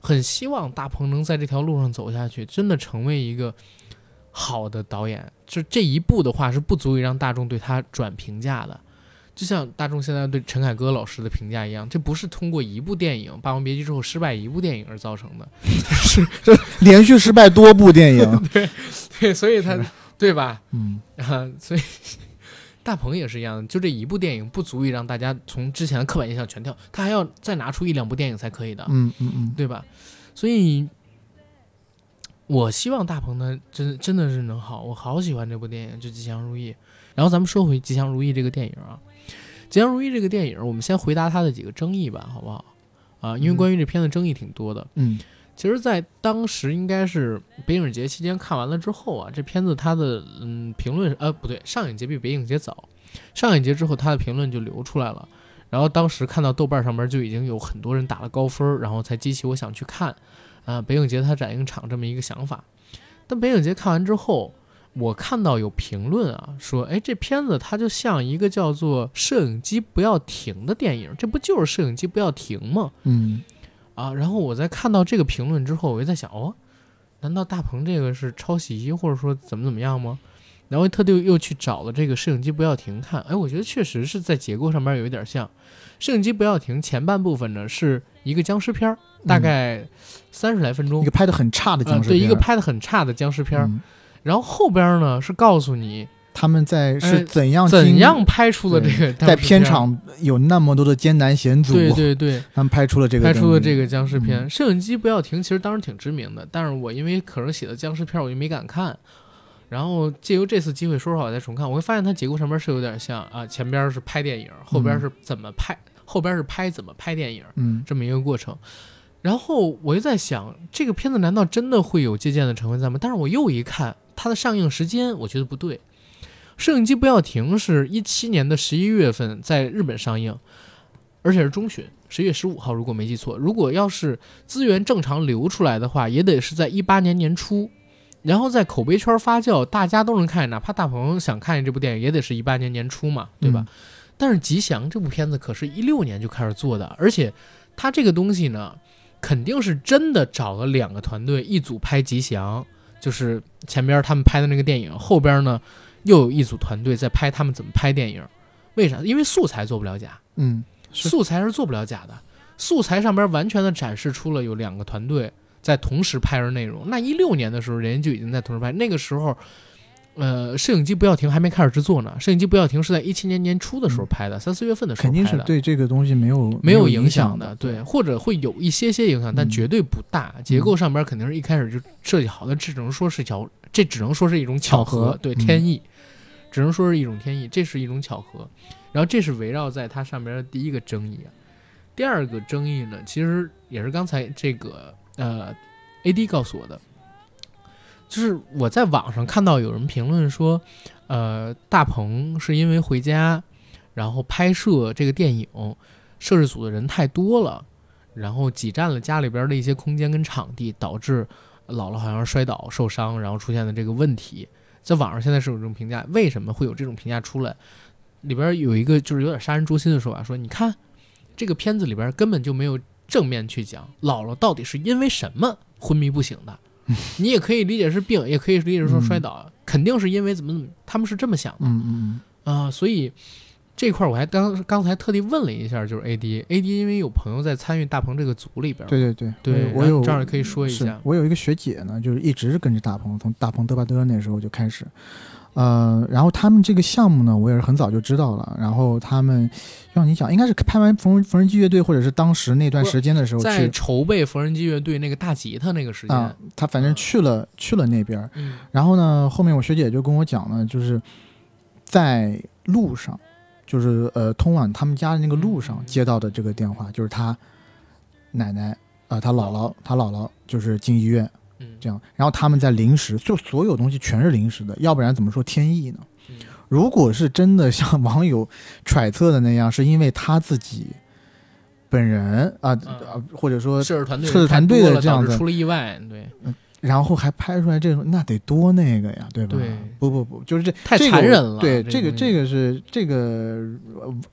很希望大鹏能在这条路上走下去，真的成为一个好的导演。就这一步的话是不足以让大众对他转评价的，就像大众现在对陈凯歌老师的评价一样，这不是通过一部电影《霸王别姬》之后失败一部电影而造成的， 是连续失败多部电影。 对，所以他对吧？所以大鹏也是一样的，就这一部电影不足以让大家从之前的刻板印象全跳，他还要再拿出1-2部电影才可以的，对吧？所以我希望大鹏呢真的是能好，我好喜欢这部电影，就《吉祥如意》。然后咱们说回《吉祥如意》这个电影啊，《吉祥如意》这个电影，我们先回答它的几个争议吧，好不好？因为关于这片子争议挺多的。其实，在当时应该是北影节期间看完了之后啊，这片子它的评论不对，上影节比北影节早，上影节之后它的评论就流出来了。然后当时看到豆瓣上面就已经有很多人打了高分，然后才激起我想去看北影节它展映场这么一个想法。但北影节看完之后，我看到有评论啊说，这片子它就像一个叫做《摄影机不要停》的电影，这不就是摄影机不要停吗？然后我在看到这个评论之后，我就在想，难道大鹏这个是抄袭或者说怎么样吗？然后特地又去找了这个摄影机不要停看，我觉得确实是在结构上面有一点像。摄影机不要停前半部分呢是一个僵尸片，大概30来分钟， 一个拍得很差的僵尸片， 对，一个拍得很差的僵尸片。然后后边呢是告诉你他们是怎样拍出了这个在片场有那么多的艰难险阻， 对， 他们拍出了这个僵尸片。摄影机不要停其实当时挺知名的，但是我因为可能写的僵尸片我就没敢看，然后借由这次机会，说实话我再重看，我会发现它结构上面是有点像前边是拍电影，后边是怎么拍，后边是拍怎么拍电影，这么一个过程。然后我就在想，这个片子难道真的会有借鉴的成分在吗？但是我又一看它的上映时间，我觉得不对。摄影机不要停是17年的11月份在日本上映，而且是中旬，10月15号，如果没记错。如果要是资源正常流出来的话，也得是在18年年初，然后在口碑圈发酵，大家都能看，哪怕大鹏想看见这部电影，也得是18年年初嘛，对吧？但是吉祥这部片子可是16年就开始做的，而且它这个东西呢，肯定是真的找了2个团队，一组拍吉祥，就是前边他们拍的那个电影，后边呢又有一组团队在拍他们怎么拍电影。为啥？因为素材做不了假，素材是做不了假的，素材上边完全的展示出了有2个团队在同时拍着内容。那16年的时候，人家就已经在同时拍，那个时候摄影机不要停还没开始制作呢，摄影机不要停是在17年年初的时候拍的，3、4月份的时候拍的， 肯定是对这个东西没有影响的，对，或者会有一些影响，但绝对不大。结构上边肯定是一开始就设计好的，这只能说是一种巧合，对，天意，只能说是一种天意，这是一种巧合。然后这是围绕在它上边的第一个争议啊。第二个争议呢，其实也是刚才这个AD 告诉我的。就是我在网上看到有人评论说，大鹏是因为回家，然后拍摄这个电影，摄制组的人太多了，然后挤占了家里边的一些空间跟场地，导致姥姥好像摔倒受伤，然后出现的这个问题。在网上现在是有这种评价，为什么会有这种评价出来？里边有一个就是有点杀人诛心的说法，说你看这个片子里边根本就没有正面去讲姥姥到底是因为什么昏迷不醒的。你也可以理解是病，也可以理解说摔倒，肯定是因为怎么他们是这么想的，所以这块我还刚才特地问了一下，就是 AD 因为有朋友在参与大鹏这个组里边，对， 我有正好可以说一下， 我有一个学姐呢，就是一直跟着大鹏，从大鹏嘚吧嘚那时候就开始。然后他们这个项目呢，我也是很早就知道了。然后他们让你讲，应该是拍完缝纫机乐队，或者是当时那段时间的时候， 在筹备缝纫机乐队那个大吉他那个时间， 他反正去了那边。然后呢，后面我学姐就跟我讲呢，就是在路上，就是通往他们家的那个路上接到的这个电话，就是他奶奶他姥姥就是进医院。这样，然后他们在临时，就所有东西全是临时的，要不然怎么说天意呢？如果是真的像网友揣测的那样，是因为他自己本人或者说摄制团队的这样子出了意外，对， 然后还拍出来这种，那得多那个呀，对吧？ 对， 不，就是太残忍了。 对，这个是这个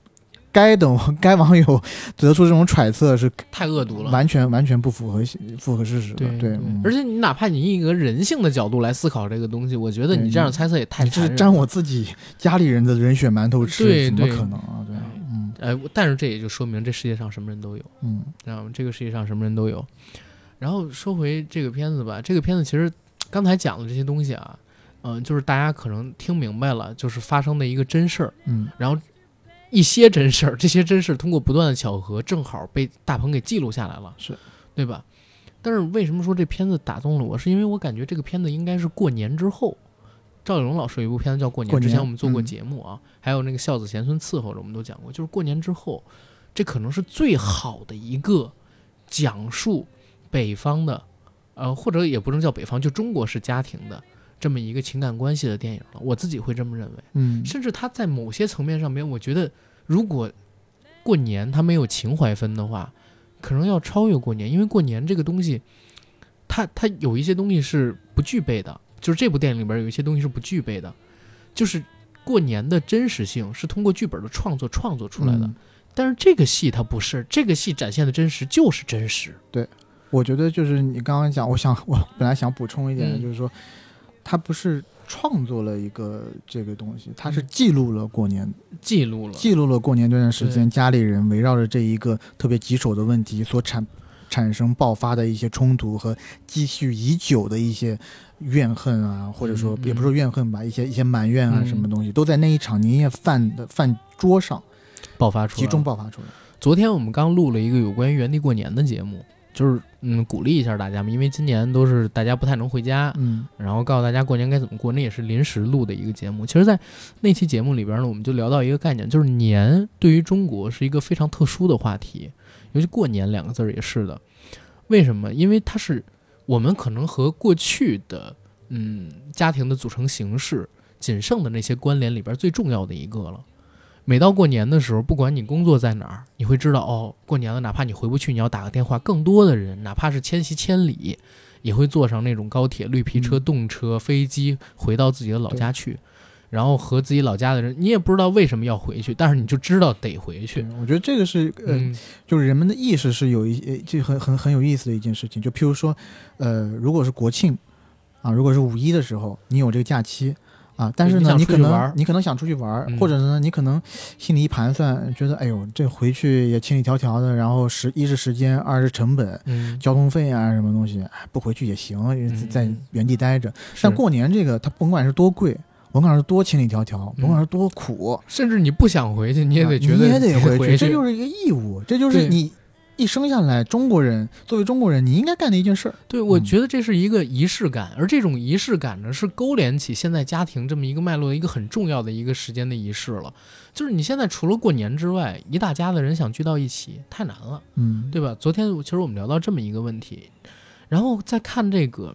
该网友得出这种揣测是太恶毒了， 完全不符合事实的。对， 而且你哪怕你以一个人性的角度来思考这个东西，我觉得你这样猜测也太残忍了。 你这是沾我自己家里人的人血馒头吃，怎么可能啊？对， 但是这也就说明这世界上什么人都有，知道吗？这个世界上什么人都有。然后说回这个片子吧，这个片子其实刚才讲的这些东西啊，就是大家可能听明白了，就是发生的一个真事儿，然后一些真事儿，这些真事通过不断的巧合，正好被大鹏给记录下来了， 是对吧？但是为什么说这片子打动了我？是因为我感觉这个片子应该是过年之后，赵丽蓉老师有一部片子叫《过年》，之前我们做过节目啊，还有那个孝子贤孙伺候着，我们都讲过，就是过年之后，这可能是最好的一个讲述北方的，或者也不能叫北方，就中国式家庭的这么一个情感关系的电影了，我自己会这么认为。甚至它在某些层面上面，我觉得如果过年它没有情怀分的话，可能要超越过年，因为过年这个东西，它有一些东西是不具备的，就是这部电影里边有一些东西是不具备的，就是过年的真实性是通过剧本的创作出来的，但是这个戏它不是，这个戏展现的真实就是真实。 对，我觉得就是你刚刚讲，我本来想补充一点，就是说它不是创作了一个这个东西，它是记录了过年，记录了过年这段时间家里人围绕着这一个特别棘手的问题所产生爆发的一些冲突和积蓄已久的一些怨恨啊，或者说也不是怨恨吧，一些埋怨啊，什么东西都在那一场年夜饭桌上爆发出来， 集中爆发出来。 昨天我们刚录了一个有关于原地过年的节目，就是鼓励一下大家嘛，因为今年都是大家不太能回家，然后告诉大家过年该怎么过，那也是临时录的一个节目。其实在那期节目里边呢，我们就聊到一个概念，就是年对于中国是一个非常特殊的话题，尤其过年两个字也是的。为什么？因为它是我们可能和过去的家庭的组成形式仅剩的那些关联里边最重要的一个了。每到过年的时候，不管你工作在哪儿，你会知道过年了，哪怕你回不去，你要打个电话，更多的人哪怕是千席千里也会坐上那种高铁、绿皮车、动车、飞机回到自己的老家去，然后和自己老家的人，你也不知道为什么要回去，但是你就知道得回去。 我觉得这个是就是人们的意识是有这很有意思的一件事情。就譬如说如果是国庆啊，如果是5·1的时候你有这个假期啊，但是呢你可能想出去玩，或者呢你可能心里一盘算，觉得哎呦这回去也千里迢迢的，然后一是时间，二是成本，交通费啊什么东西，不回去也行，在原地待着。但过年这个它甭管是多贵，甭管是多千里迢迢，甭管是多苦， 甚至你不想回去你也得觉得你也得回去，这就是一个义务，这就是你一生下来作为中国人你应该干的一件事。 对，我觉得这是一个仪式感，而这种仪式感呢，是勾连起现在家庭这么一个脉络的一个很重要的一个时间的仪式了。就是你现在除了过年之外，一大家的人想聚到一起太难了，对吧？昨天其实我们聊到这么一个问题，然后在看这个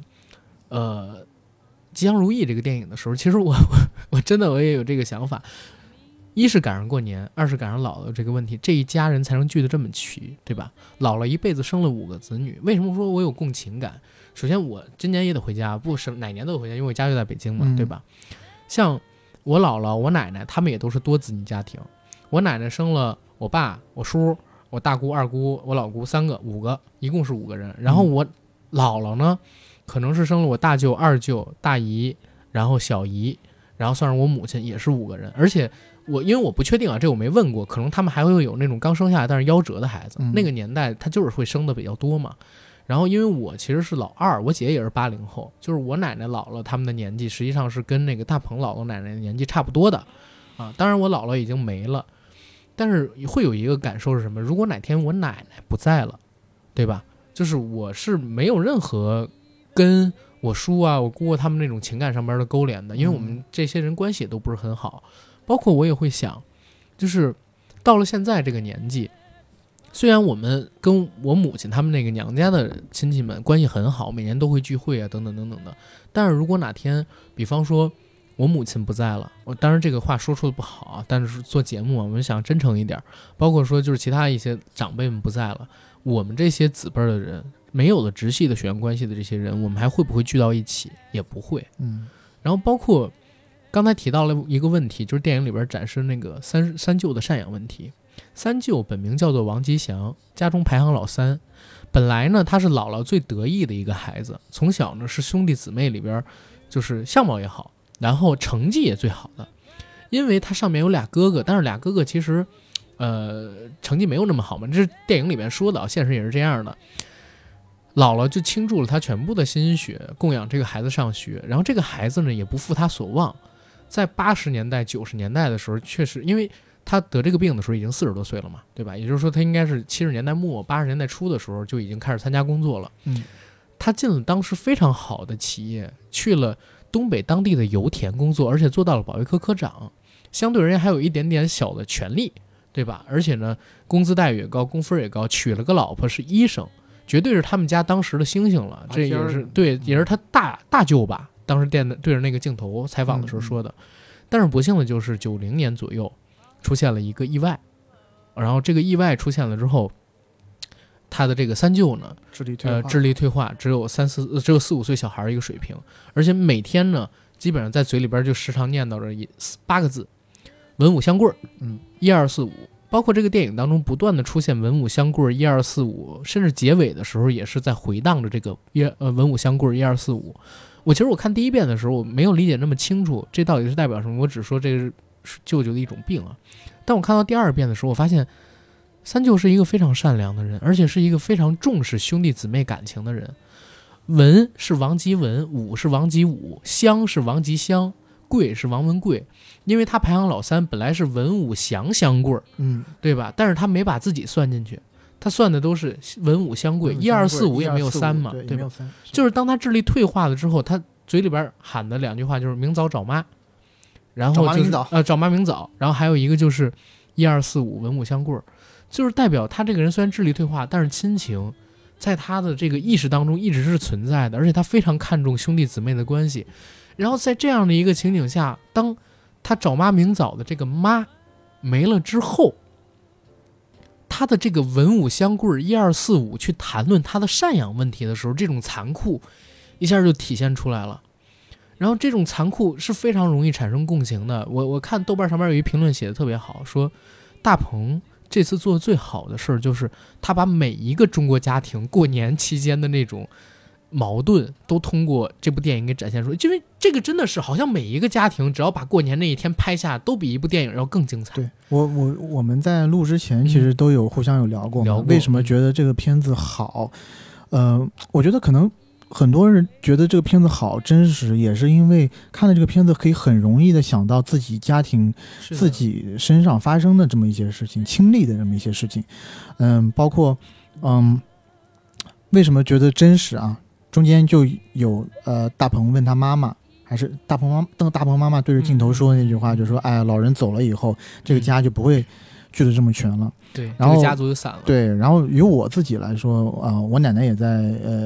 吉祥如意这个电影的时候，其实我真的我也有这个想法。一是赶上过年，二是赶上姥姥这个问题，这一家人才能聚得这么齐，对吧？姥姥一辈子生了5个子女，为什么说我有共情感？首先我今年也得回家，不是哪年都得回家，因为我家就在北京嘛，对吧？像我姥姥我奶奶他们也都是多子女家庭，我奶奶生了我爸我叔我大姑二姑我老姑5个，一共是5个人。然后我姥姥呢可能是生了我大舅二舅大姨，然后小姨，然后算上我母亲也是5个人。而且因为我不确定啊，这我没问过，可能他们还会有那种刚生下来但是夭折的孩子，那个年代他就是会生的比较多嘛。然后因为我其实是老二，我姐也是80后，就是我奶奶姥姥他们的年纪实际上是跟那个大鹏姥姥奶奶的年纪差不多的啊。当然我姥姥已经没了，但是会有一个感受是什么？如果哪天我奶奶不在了，对吧？就是我是没有任何跟我叔啊我姑他们那种情感上边的勾连的，因为我们这些人关系也都不是很好。包括我也会想，就是到了现在这个年纪，虽然我们跟我母亲他们那个娘家的亲戚们关系很好，每年都会聚会啊等等等等的，但是如果哪天比方说我母亲不在了，当然这个话说出的不好啊，但是做节目啊我们想真诚一点，包括说就是其他一些长辈们不在了，我们这些子辈的人没有了直系的血缘关系的这些人，我们还会不会聚到一起？也不会。然后包括刚才提到了一个问题，就是电影里边展示那个三舅的赡养问题。 三舅本名叫做王吉祥，家中排行老三。本来呢，他是姥姥最得意的一个孩子，从小呢是兄弟姊妹里边就是相貌也好，然后成绩也最好的。因为他上面有俩哥哥，但是俩哥哥其实成绩没有那么好嘛，这是电影里面说的，现实也是这样的。姥姥就倾注了他全部的心血供养这个孩子上学，然后这个孩子呢也不负他所望，在80年代90年代的时候，确实因为他得这个病的时候已经40多岁了嘛，对吧？也就是说他应该是70年代末80年代初的时候就已经开始参加工作了。他进了当时非常好的企业，去了东北当地的油田工作，而且做到了保卫科科长，相对而言还有一点点小的权利，对吧？而且呢工资待遇也高，工分也高，娶了个老婆是医生，绝对是他们家当时的星星了。这也是对，也是他大舅吧，当时对着那个镜头采访的时候说的。但是不幸的就是90年左右出现了一个意外，然后这个意外出现了之后，他的这个三舅呢，智力退化，只有4-5岁小孩一个水平，而且每天呢，基本上在嘴里边就时常念叨着8个字：文武相贵，1245。包括这个电影当中不断的出现文武相贵1245，甚至结尾的时候也是在回荡着这个文武相贵1245。其实我看第一遍的时候，我没有理解那么清楚，这到底是代表什么？我只说这是舅舅的一种病啊。但我看到第2遍的时候，我发现三舅是一个非常善良的人，而且是一个非常重视兄弟姊妹感情的人。文是王吉文，武是王吉武，香是王吉香，贵是王文贵。因为他排行老三，本来是文武祥相贵，对吧？但是他没把自己算进去，他算的都是文武相贵，1245也没有3嘛，对吧？就是当他智力退化了之后，他嘴里边喊的2句话就是明早找妈，然后就是找妈明早，然后还有一个就是1245文武相贵，就是代表他这个人虽然智力退化，但是亲情在他的这个意识当中一直是存在的，而且他非常看重兄弟姊妹的关系。然后在这样的一个情景下，当他找妈明早的这个妈没了之后，他的这个文武相贵1245去谈论他的赡养问题的时候，这种残酷一下就体现出来了。然后这种残酷是非常容易产生共情的。我看豆瓣上面有一评论写的特别好，说大鹏这次做的最好的事儿就是他把每一个中国家庭过年期间的那种矛盾都通过这部电影给展现出来，因为这个真的是好像每一个家庭只要把过年那一天拍下，都比一部电影要更精彩。 对，我们在录之前其实都有互相聊过为什么觉得这个片子好。我觉得可能很多人觉得这个片子好真实，也是因为看了这个片子可以很容易的想到自己家庭自己身上发生的这么一些事情，亲历的这么一些事情。包括为什么觉得真实啊？中间就有大鹏问他妈妈，还是大鹏妈妈对着镜头说那句话，就说哎，老人走了以后，这个家就不会聚得这么全了。 对， 然后这个家族就散了。 对，然后于我自己来说我奶奶也在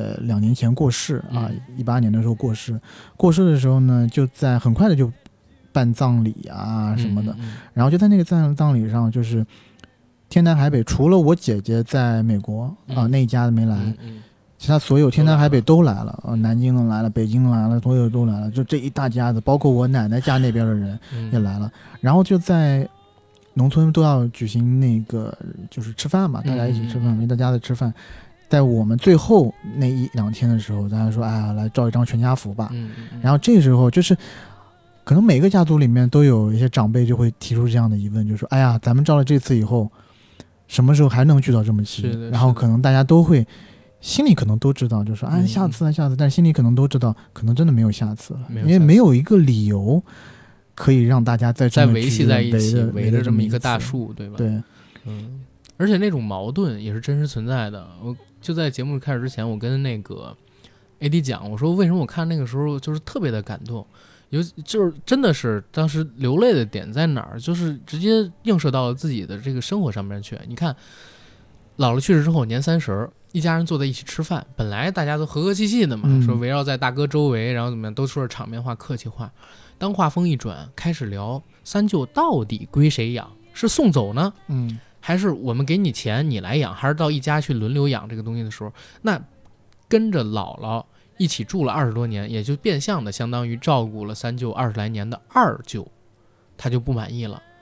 2年前过世啊，18年的时候过世。过世的时候呢，就在很快的就办葬礼啊什么的，然后就在那个葬礼上，就是天南海北，除了我姐姐在美国那一家没来。其他所有天南海北都来了，南京的来了，北京的来了，所有都来了，就这一大家子，包括我奶奶家那边的人也来了。然后就在农村都要举行那个就是吃饭嘛，大家一起吃饭，没大家的吃饭。在我们最后那1-2天的时候，大家说哎呀，来照一张全家福吧。然后这时候就是可能每个家族里面都有一些长辈就会提出这样的疑问，就说哎呀，咱们照了这次以后，什么时候还能聚到这么齐？然后可能大家都会。心里可能都知道，就说下次，但心里可能都知道，可能真的没有下次了，因为没有一个理由可以让大家再维系在一起，围着这么一个大树，对吧？ 对， 而且那种矛盾也是真实存在的。我就在节目开始之前，我跟那个 AD 讲，我说为什么我看那个时候就是特别的感动，就是真的是当时流泪的点在哪儿，就是直接映射到了自己的这个生活上面去。你看，姥姥去世之后，年30。一家人坐在一起吃饭，本来大家都和和气气的嘛，说围绕在大哥周围，然后怎么样，都说是场面话、客气话。当话锋一转，开始聊三舅到底归谁养，是送走呢？还是我们给你钱你来养，还是到一家去轮流养这个东西的时候，那跟着姥姥一起住了20多年，也就变相的相当于照顾了三舅20来年的二舅，他就不满意了。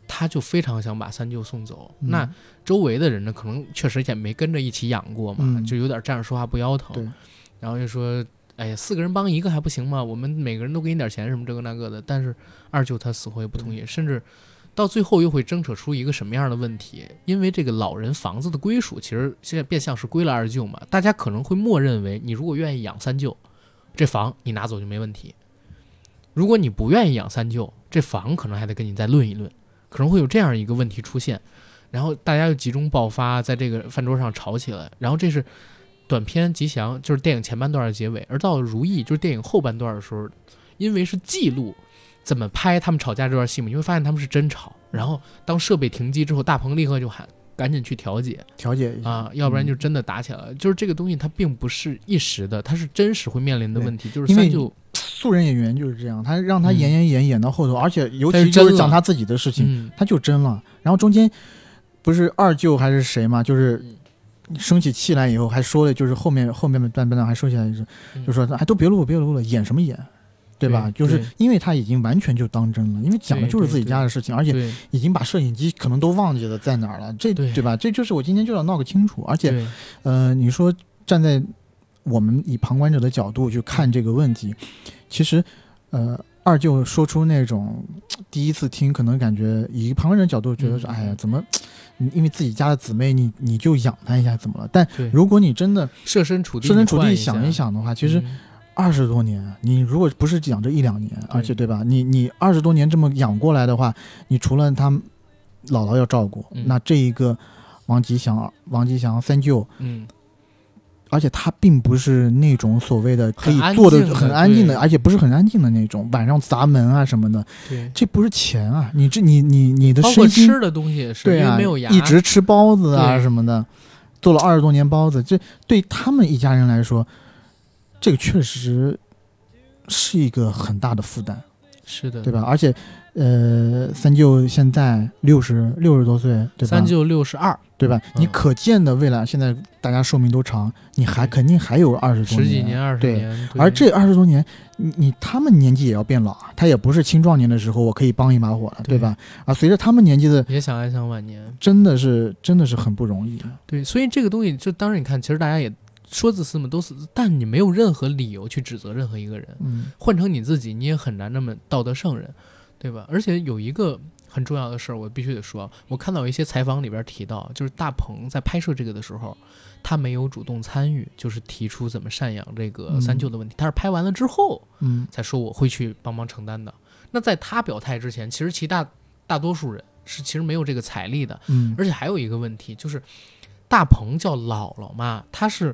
他就非常想把三舅送走。那周围的人呢，可能确实也没跟着一起养过嘛，就有点站着说话不腰疼。然后就说，哎呀，4个人帮1个还不行吗？我们每个人都给你点钱什么这个那个的。但是二舅他死活也不同意，甚至到最后又会争扯出一个什么样的问题？因为这个老人房子的归属其实现在变相是归了二舅嘛，大家可能会默认为你如果愿意养三舅，这房你拿走就没问题。如果你不愿意养三舅，这房可能还得跟你再论一论，可能会有这样一个问题出现，然后大家又集中爆发，在这个饭桌上吵起来。然后这是短片吉祥，就是电影前半段的结尾，而到了如意，就是电影后半段的时候，因为是记录怎么拍他们吵架这段戏嘛，你会发现他们是真吵。然后当设备停机之后，大鹏立刻就喊赶紧去调解一下啊，要不然就真的打起来了。就是这个东西它并不是一时的，它是真实会面临的问题。就是三舅素人演员就是这样，他让他演到后头，而且尤其就是讲他自己的事情，他就真了。然后中间不是二舅还是谁嘛，就是生起气来以后还说了，就是后面段还说起来就说哎都别录了，演什么演，对吧？就是因为他已经完全就当真了，因为讲的就是自己家的事情，而且已经把摄影机可能都忘记了在哪儿了，对吧？这就是我今天就要闹个清楚。而且你说站在我们以旁观者的角度去看这个问题，其实二舅说出那种第一次听可能感觉以旁观者的角度觉得说哎呀怎么因为自己家的姊妹你就养她一下怎么了？但如果你真的设身处地想一想的话，其实20多年，你如果不是养这1-2年，而且对吧，你20多年这么养过来的话，你除了他姥姥要照顾，那这一个王吉祥三舅，而且他并不是那种所谓的可以做的很安静的，而且不是很安静的那种，晚上砸门啊什么的，这不是钱啊，你的身心，包括吃的东西也是，对啊，因为没有牙， 一直吃包子啊什么的，做了20多年包子，这对他们一家人来说，这个确实是一个很大的负担， 是的， 对吧？而且三舅现在60多岁，对吧？ 三舅62， 对吧？你可见的未来，现在大家寿命都长，你肯定还有20多年， 10几年、20 年。而这20多年，他们年纪也要变老啊，他也不是青壮年的时候我可以帮一把火了，对吧？啊，随着他们年纪的， 也想安享晚年， 真的是很不容易。 对，所以这个东西，就当然你看，其实大家也说自私嘛，都是，但你没有任何理由去指责任何一个人。换成你自己，你也很难那么道德圣人，对吧？而且有一个很重要的事儿，我必须得说，我看到一些采访里边提到，就是大鹏在拍摄这个的时候，他没有主动参与，就是提出怎么赡养这个三舅的问题，他是拍完了之后，才说我会去帮忙承担的。那在他表态之前，其实大多数人是其实没有这个财力的。而且还有一个问题就是，大鹏叫姥姥嘛，他是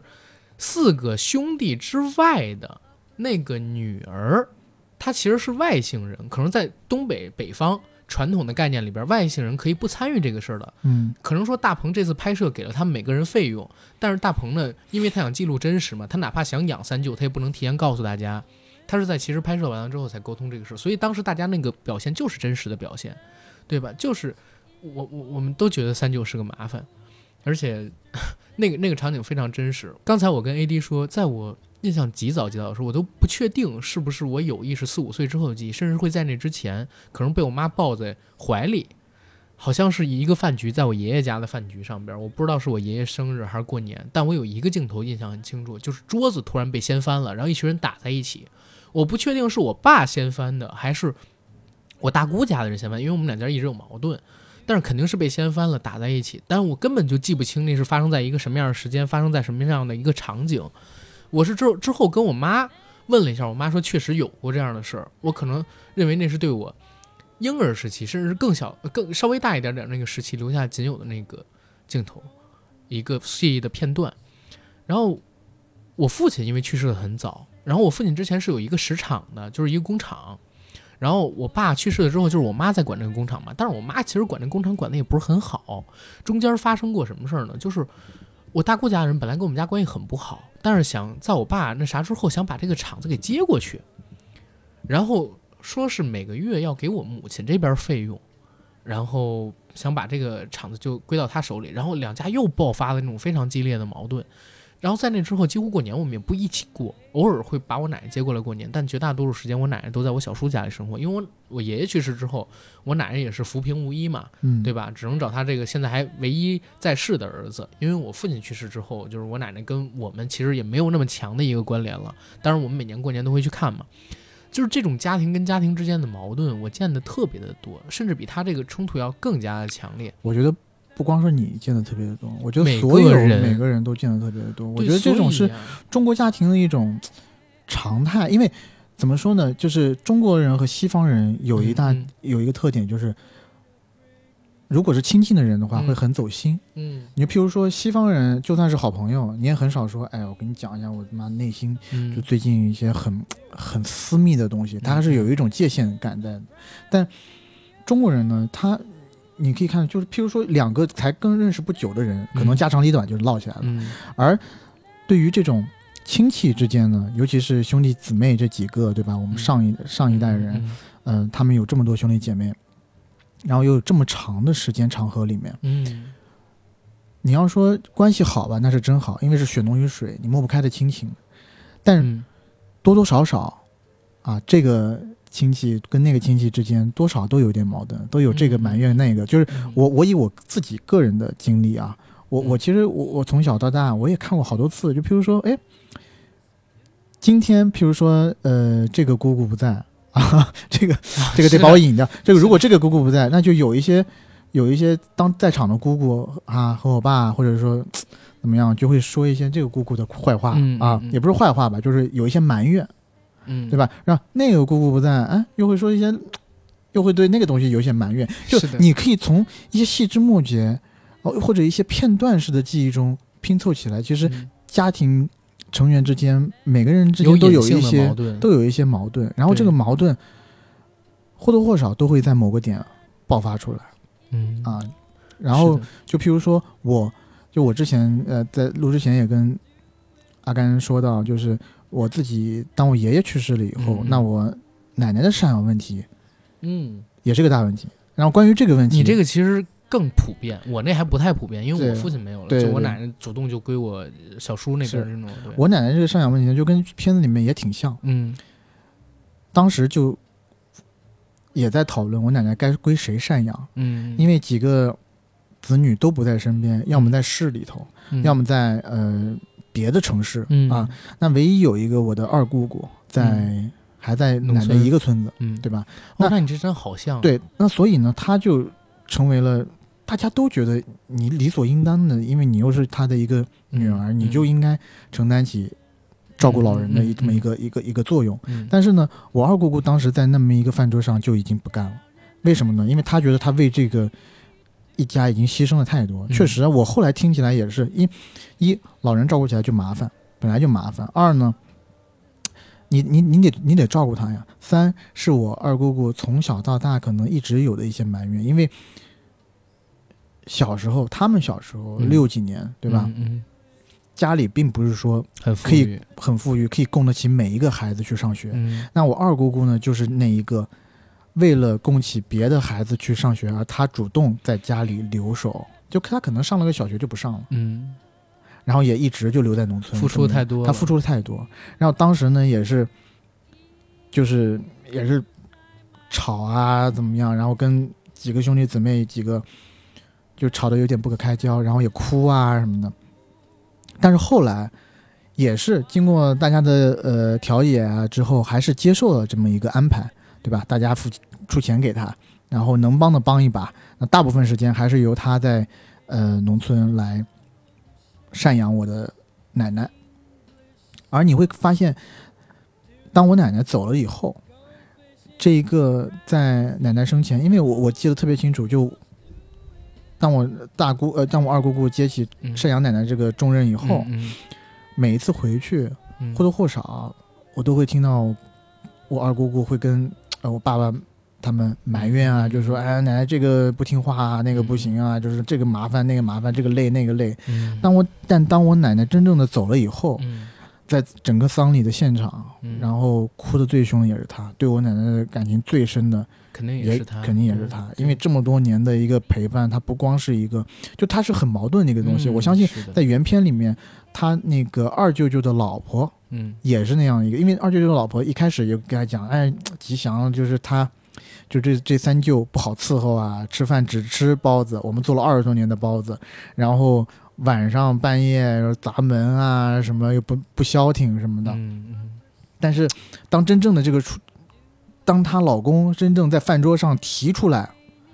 4个兄弟之外的那个女儿，她其实是外姓人，可能在东北方传统的概念里边，外姓人可以不参与这个事儿的。可能说大鹏这次拍摄给了他们每个人费用，但是大鹏呢，因为他想记录真实嘛，他哪怕想养三舅，他也不能提前告诉大家，他是在其实拍摄完了之后才沟通这个事，所以当时大家那个表现就是真实的表现，对吧？就是我们都觉得三舅是个麻烦，而且那个场景非常真实。刚才我跟 AD 说，在我印象极早的时候，我都不确定是不是我有意识4-5岁之后的记忆，甚至会在那之前可能被我妈抱在怀里，好像是一个饭局，在我爷爷家的饭局上边，我不知道是我爷爷生日还是过年，但我有一个镜头印象很清楚，就是桌子突然被掀翻了，然后一群人打在一起，我不确定是我爸掀翻的还是我大姑家的人掀翻，因为我们两家一直有矛盾，但是肯定是被掀翻了，打在一起，但是我根本就记不清那是发生在一个什么样的时间，发生在什么样的一个场景。我是之后跟我妈问了一下，我妈说确实有过这样的事儿，我可能认为那是对我婴儿时期甚至是更小更稍微大一点那个时期留下仅有的那个镜头，一个记忆的片段。然后我父亲因为去世的很早，然后我父亲之前是有一个石厂的，就是一个工厂，然后我爸去世了之后，就是我妈在管这个工厂嘛，但是我妈其实管这个工厂管的也不是很好。中间发生过什么事儿呢？就是我大姑家人本来跟我们家关系很不好，但是想在我爸那啥之后，想把这个厂子给接过去，然后说是每个月要给我母亲这边费用，然后想把这个厂子就归到他手里，然后两家又爆发了那种非常激烈的矛盾。 然后在那之后，几乎过年我们也不一起过，偶尔会把我奶奶接过来过年，但绝大多数时间我奶奶都在我小叔家里生活，因为我爷爷去世之后，我奶奶也是扶贫无依嘛，对吧？只能找他这个现在还唯一在世的儿子。因为我父亲去世之后，就是我奶奶跟我们其实也没有那么强的一个关联了，当然我们每年过年都会去看嘛。就是这种家庭跟家庭之间的矛盾，我见的特别的多，甚至比他这个冲突要更加的强烈。 我觉得不光是你见的特别的多，我觉得所有每个人都见的特别的多。我觉得这种是中国家庭的一种常态，因为怎么说呢，就是中国人和西方人有一个特点，就是如果是亲近的人的话，会很走心。你譬如说西方人，就算是好朋友，你也很少说，哎，我跟你讲一下我他妈内心就最近一些很私密的东西，他还是有一种界限感在的。但中国人呢，你可以看，就是譬如说两个才刚认识不久的人，可能家长里短就唠起来了。而对于这种亲戚之间呢，尤其是兄弟姊妹这几个，对吧？我们上一代人，他们有这么多兄弟姐妹，然后又有这么长的时间长河里面，你要说关系好吧，那是真好，因为是血浓于水，你抹不开的亲情。但多多少少啊，这个亲戚跟那个亲戚之间多少都有点矛盾，都有这个埋怨那个。就是我以我自己个人的经历啊，我其实我从小到大我也看过好多次，就譬如说，哎，今天譬如说这个姑姑不在啊，这个得把我引掉。这个如果这个姑姑不在，那就有一些当在场的姑姑啊和我爸，或者说怎么样，就会说一些这个姑姑的坏话啊，也不是坏话吧，就是有一些埋怨。对吧？让那个姑姑不在，哎，又会说一些，又会对那个东西有一些埋怨。就你可以从一些细枝末节，或者一些片段式的记忆中拼凑起来。其实家庭成员之间，每个人之间都有一些矛盾，然后这个矛盾或多或少都会在某个点爆发出来。然后就譬如说我之前在录之前也跟阿甘说到，就是我自己当我爷爷去世了以后，那我奶奶的赡养问题也是个大问题。然后关于这个问题， 你这个其实更普遍，我那还不太普遍，因为我父亲没有了，就我奶奶主动就归我小叔那边这种。 我奶奶这个赡养问题就跟片子里面也挺像。当时就也在讨论我奶奶该归谁赡养。因为几个子女都不在身边，要么在市里头，要么在别的城市啊。那唯一有一个我的二姑姑还在奶奶一个村子，对吧？ 那你这真好像。 对，那所以呢，他就成为了大家都觉得你理所应当的，因为你又是他的一个女儿，你就应该承担起照顾老人的这么一个作用。但是呢，我二姑姑当时在那么一个饭桌上就已经不干了。为什么呢？因为他觉得他为这个一家已经牺牲了太多。确实，我后来听起来也是，一老人照顾起来就麻烦，本来就麻烦；二呢，你得照顾他呀；三是我二姑姑从小到大可能一直有的一些埋怨，因为他们小时候60几年，对吧？家里并不是说可以很富裕，可以供得起每一个孩子去上学。那我二姑姑呢，就是那一个为了供起别的孩子去上学，而他主动在家里留守，就他可能上了个小学就不上了，然后也一直就留在农村， 付出太多， 他付出了太多。然后当时呢，也是吵啊怎么样，然后跟几个兄弟姊妹就吵得有点不可开交，然后也哭啊什么的。但是后来也是经过大家的调解啊之后，还是接受了这么一个安排，对吧？大家出钱给他，然后能帮的帮一把。那大部分时间还是由他在农村来赡养我的奶奶。而你会发现，当我奶奶走了以后，这一个在奶奶生前，因为我记得特别清楚，就当我二姑姑接起赡养奶奶这个重任以后，每一次回去或多或少我都会听到我二姑姑会跟我爸爸他们埋怨啊，就是说，哎，奶奶这个不听话啊，那个不行啊，就是这个麻烦那个麻烦，这个累那个累。但当我奶奶真正的走了以后， 在整个丧礼的现场，然后哭的最凶的也是他，对我奶奶的感情最深的肯定也是他， 肯定也是他，因为这么多年的一个陪伴，他不光是一个，就他是很矛盾的一个东西。我相信在原片里面，他那个二舅舅的老婆，也是那样一个，因为二舅舅的老婆一开始就跟他讲，哎，吉祥就是他。就这三舅不好伺候啊，吃饭只吃包子，我们做了20多年的包子，然后晚上半夜砸门啊，什么又不消停什么的。但是当真正的当她老公真正在饭桌上提出来，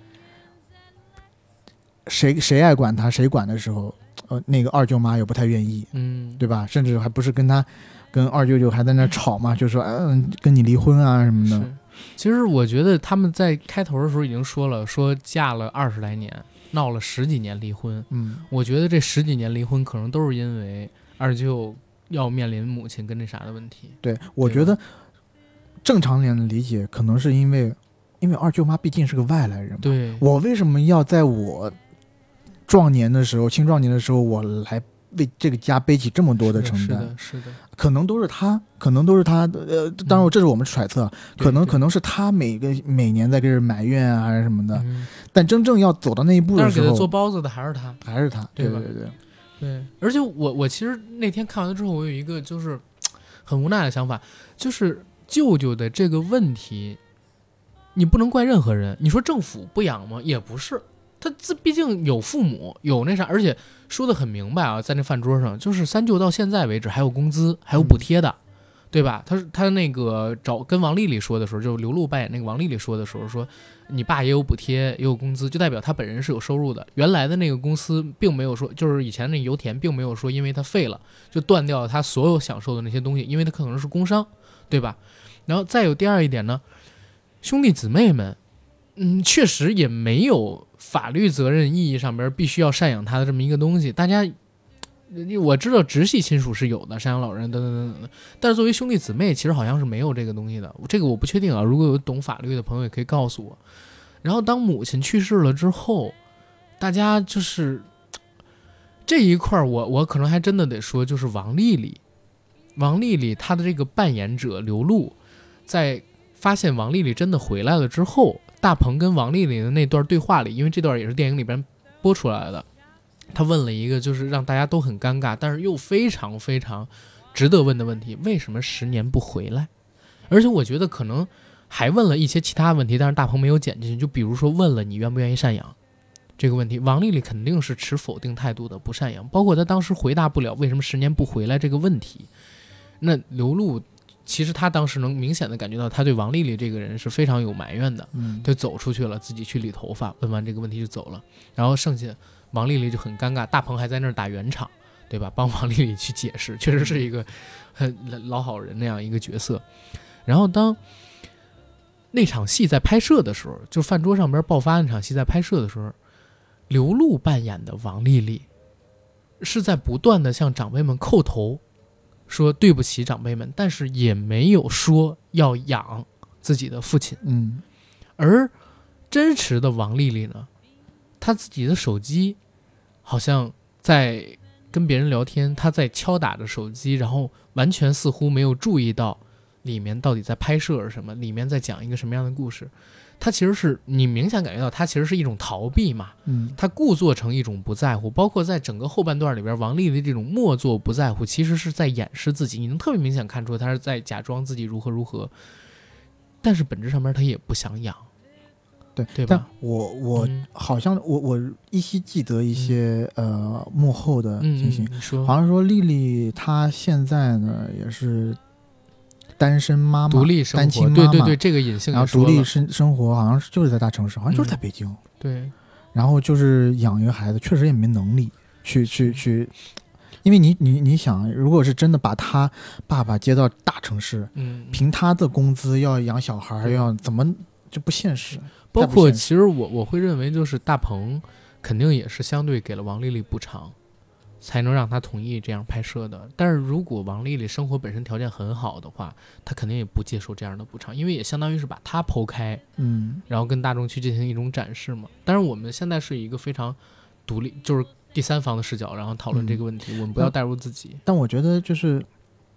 谁爱管他谁管的时候，那个二舅妈也不太愿意，对吧？甚至还不是跟二舅舅还在那吵嘛，就说跟你离婚啊什么的。 其实我觉得他们在开头的时候已经说了，说嫁了20来年，闹了10几年离婚。我觉得这10几年离婚可能都是因为二舅要面临母亲跟那啥的问题。 对，我觉得正常人的理解可能是因为二舅妈毕竟是个外来人嘛。 对， 我为什么要在我青壮年的时候，我来为这个家背起这么多的承担？ 是的， 可能都是他，当然这是我们揣测，可能是他每年在跟人埋怨啊还是什么的，但真正要走到那一步的时候， 但是给他做包子的还是他， 对吧？对。而且我其实那天看完了之后，我有一个就是很无奈的想法，就是舅舅的这个问题，你不能怪任何人。你说政府不养吗？也不是。他毕竟有父母，有那啥，而且说的很明白啊，在那饭桌上，就是三舅到现在为止还有工资，还有补贴的，对吧？他那个跟王丽丽说的时候，就是刘露扮演那个王丽丽说的时候，说你爸也有补贴，也有工资，就代表他本人是有收入的。原来的那个公司并没有说，就是以前那油田并没有说因为他废了就断掉了他所有享受的那些东西，因为他可能是工伤，对吧？然后再有第二一点呢，兄弟姊妹们。确实也没有法律责任意义上边必须要赡养他的这么一个东西。大家，我知道直系亲属是有的，赡养老人等等等等，但是作为兄弟姊妹，其实好像是没有这个东西的。这个我不确定啊，如果有懂法律的朋友也可以告诉我。然后当母亲去世了之后，大家就是这一块我可能还真的得说，就是王丽丽她的这个扮演者刘露，在发现王丽丽真的回来了之后。大鹏跟王丽丽的那段对话里，因为这段也是电影里边播出来的，他问了一个就是让大家都很尴尬，但是又非常非常值得问的问题：为什么10年不回来？而且我觉得可能还问了一些其他问题，但是大鹏没有剪进去。就比如说问了你愿不愿意赡养这个问题，王丽丽肯定是持否定态度的，不赡养。包括他当时回答不了为什么10年不回来这个问题，那刘露。其实他当时能明显的感觉到，他对王丽丽这个人是非常有埋怨的，就走出去了，自己去理头发，问完这个问题就走了，然后剩下王丽丽就很尴尬，大鹏还在那儿打圆场，对吧？帮王丽丽去解释，确实是一个很老好人那样一个角色。然后当那场戏在拍摄的时候，就饭桌上边爆发那场戏在拍摄的时候，刘露扮演的王丽丽是在不断的向长辈们叩头。说对不起长辈们，但是也没有说要养自己的父亲。而真实的王丽丽呢，她自己的手机好像在跟别人聊天，她在敲打着手机，然后完全似乎没有注意到里面到底在拍摄什么，里面在讲一个什么样的故事。他其实是你明显感觉到他其实是一种逃避嘛，他故作成一种不在乎，包括在整个后半段里边，王丽丽这种默作不在乎，其实是在掩饰自己，你能特别明显看出他是在假装自己如何，但是本质上面他也不想养，对吧？ 但我好像我依稀记得一些幕后的情形，好像说丽丽她现在呢也是。单身妈妈， 独立生活， 单亲妈妈， 对，这个隐性， 然后独立生活，好像就是在大城市，好像就是在北京， 对。 然后就是养一个孩子，确实也没能力去，因为你想，如果是真的把他爸爸接到大城市，凭他的工资要养小孩，要怎么就不现实？ 包括其实我会认为，就是大鹏肯定也是相对给了王丽丽补偿。才能让他同意这样拍摄的。但是如果王丽丽生活本身条件很好的话，他肯定也不接受这样的补偿，因为也相当于是把他剖开，然后跟大众去进行一种展示嘛。但是我们现在是一个非常独立，就是第三方的视角，然后讨论这个问题，我们不要带入自己。 但我觉得就是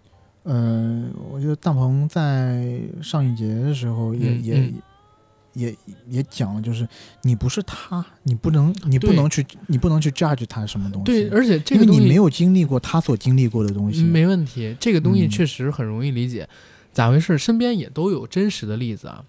我觉得大鹏在上一节的时候也讲了，就是你不是他，你不能去 judge 他什么东西。 对，而且这个东西因为你没有经历过他所经历过的东西。 没问题，这个东西确实很容易理解。咋回事？身边也都有真实的例子啊，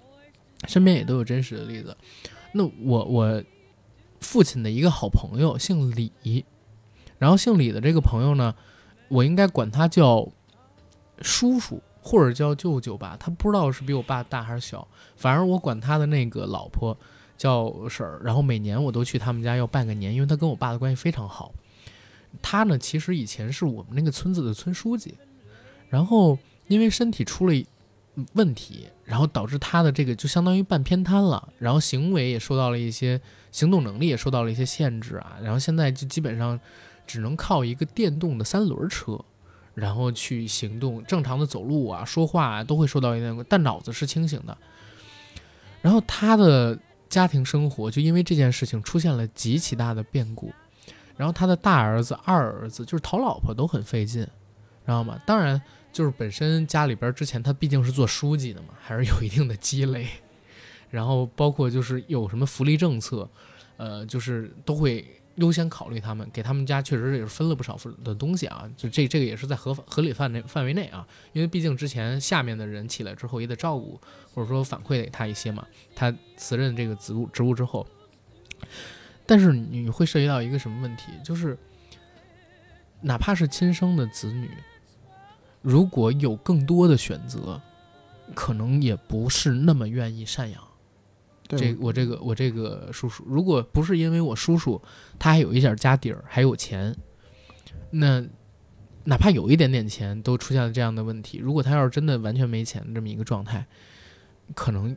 那我父亲的一个好朋友姓李，然后姓李的这个朋友呢，我应该管他叫叔叔或者叫舅舅吧，他不知道是比我爸大还是小，反而我管他的那个老婆叫婶儿，然后每年我都去他们家要办个年，因为他跟我爸的关系非常好。他呢其实以前是我们那个村子的村书记，然后因为身体出了问题，然后导致他的这个就相当于半偏瘫了，然后行为也受到了一些，行动能力也受到了一些限制啊，然后现在就基本上只能靠一个电动的3轮车然后去行动，正常的走路啊说话啊都会受到一点，但脑子是清醒的。然后他的家庭生活就因为这件事情出现了极其大的变故，然后他的大儿子二儿子就是讨老婆都很费劲，知道吗？当然就是本身家里边之前他毕竟是做书记的嘛，还是有一定的积累，然后包括就是有什么福利政策，就是都会优先考虑他们，给他们家确实也是分了不少的东西啊，就这个也是在合理范围内啊，因为毕竟之前下面的人起来之后也得照顾或者说反馈给他一些嘛，他辞任这个职务之后，但是你会涉及到一个什么问题，就是哪怕是亲生的子女，如果有更多的选择，可能也不是那么愿意赡养。我这个叔叔，如果不是因为我叔叔他还有一点家底儿，还有钱，那哪怕有一点点钱都出现了这样的问题。如果他要是真的完全没钱的这么一个状态，可能，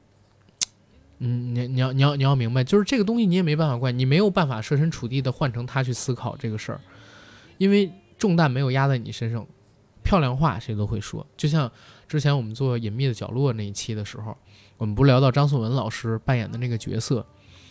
你要明白，就是这个东西你也没办法怪，你没有办法设身处地的换成他去思考这个事儿，因为重担没有压在你身上。漂亮话谁都会说，就像之前我们做隐秘的角落那一期的时候，我们不聊到张颂文老师扮演的那个角色，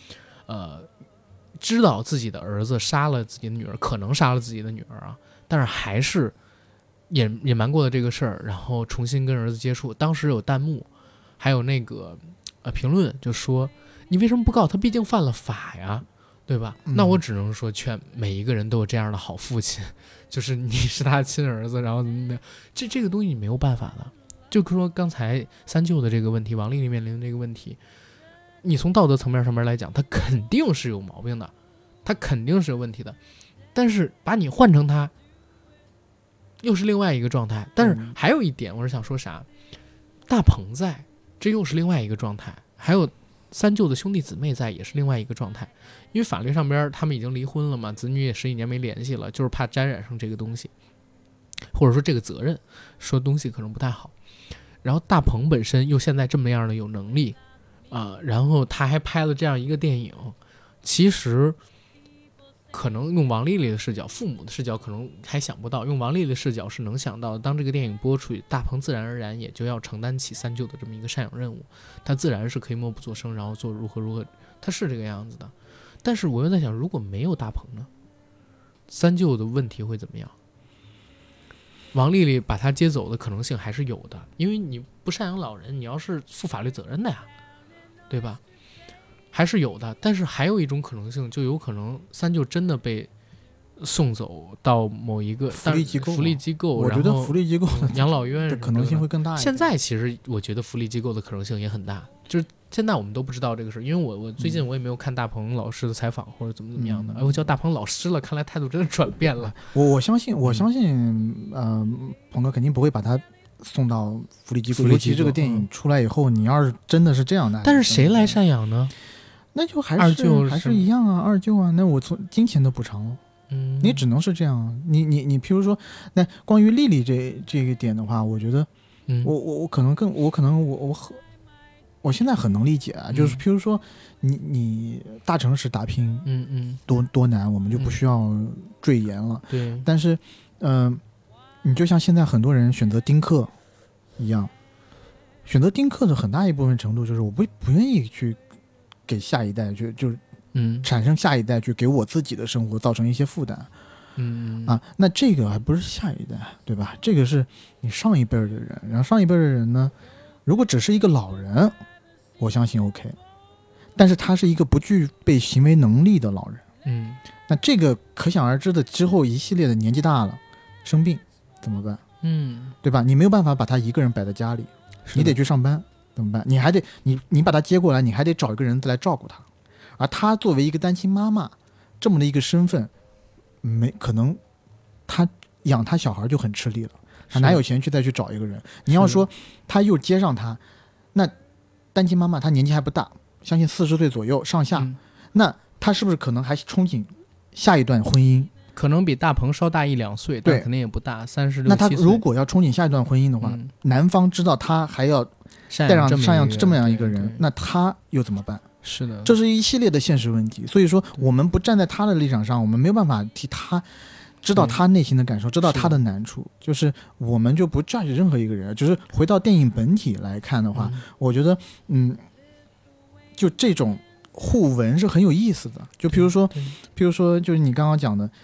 知道自己的儿子杀了自己的女儿，可能杀了自己的女儿啊，但是还是隐瞒过了这个事儿，然后重新跟儿子接触。当时有弹幕，还有那个评论就说：“你为什么不告他？毕竟犯了法呀，对吧？”那我只能说劝每一个人都有这样的好父亲，就是你是他亲儿子，然后怎么样，这个东西你没有办法的。就说刚才三舅的这个问题，王丽丽面临的这个问题，你从道德层面上面来讲，他肯定是有毛病的，他肯定是有问题的，但是把你换成他，又是另外一个状态。但是还有一点，我是想说啥，大鹏在，这又是另外一个状态，还有三舅的兄弟姊妹在，也是另外一个状态。因为法律上边他们已经离婚了嘛，子女也10几年没联系了，就是怕沾染上这个东西，或者说这个责任，说东西可能不太好。然后大鹏本身又现在这么样的有能力然后他还拍了这样一个电影，其实可能用王丽丽的视角，父母的视角可能还想不到，用王丽丽的视角是能想到，当这个电影播出去，大鹏自然而然也就要承担起三舅的这么一个赡养任务，他自然是可以默不作声，然后做如何，他是这个样子的。但是我又在想，如果没有大鹏呢，三舅的问题会怎么样？王丽丽把他接走的可能性还是有的，因为你不赡养老人，你要是负法律责任的呀，对吧？还是有的。但是还有一种可能性，就有可能三舅真的被送走到某一个福利机构， 我觉得福利机构养老院的可能性会更大一点。 现在其实我觉得福利机构的可能性也很大，就是现在我们都不知道这个事，因为我最近我也没有看大鹏老师的采访或者怎么样的。我叫大鹏老师了，看来态度真的转变了。 我相信鹏哥肯定不会把他送到福利机构，尤其这个电影出来以后，你要是真的是这样的， 但是谁来赡养呢？ 那就还是一样啊，二舅啊，那我从金钱的补偿了。你只能是这样。你譬如说，那关于丽丽这个点的话，我觉得，我现在很能理解啊，就是譬如说，你大城市打拼，多难，我们就不需要赘言了。 对， 但是，你就像现在很多人选择丁克一样，选择丁克的很大一部分程度就是我不愿意去给下一代就是产生下一代去给我自己的生活造成一些负担。 那这个还不是下一代，对吧？这个是你上一辈的人，然后上一辈的人呢，如果只是一个老人，我相信 OK， 但是他是一个不具备行为能力的老人，那这个可想而知的，之后一系列的年纪大了生病怎么办？对吧？你没有办法把他一个人摆在家里，你得去上班，怎么办？你还得你把他接过来，你还得找一个人再来照顾他，而他作为一个单亲妈妈这么的一个身份，可能他养他小孩就很吃力了，他哪有钱去再去找一个人？你要说他又接上他，那单亲妈妈她年纪还不大，相信40岁左右上下，那他是不是可能还憧憬下一段婚姻？可能比大鹏稍大1-2岁，但肯定也不大，36-37岁。 那他如果要憧憬下一段婚姻的话，男方知道他还要带上这么样一个人，那他又怎么办？ 是的， 这是一系列的现实问题。所以说，我们不站在他的立场上，我们没有办法替他知道他内心的感受，知道他的难处。就是我们就不 judge 任何一个人，就是回到电影本体来看的话，我觉得，就这种互文是很有意思的。就譬如说，就是你刚刚讲的。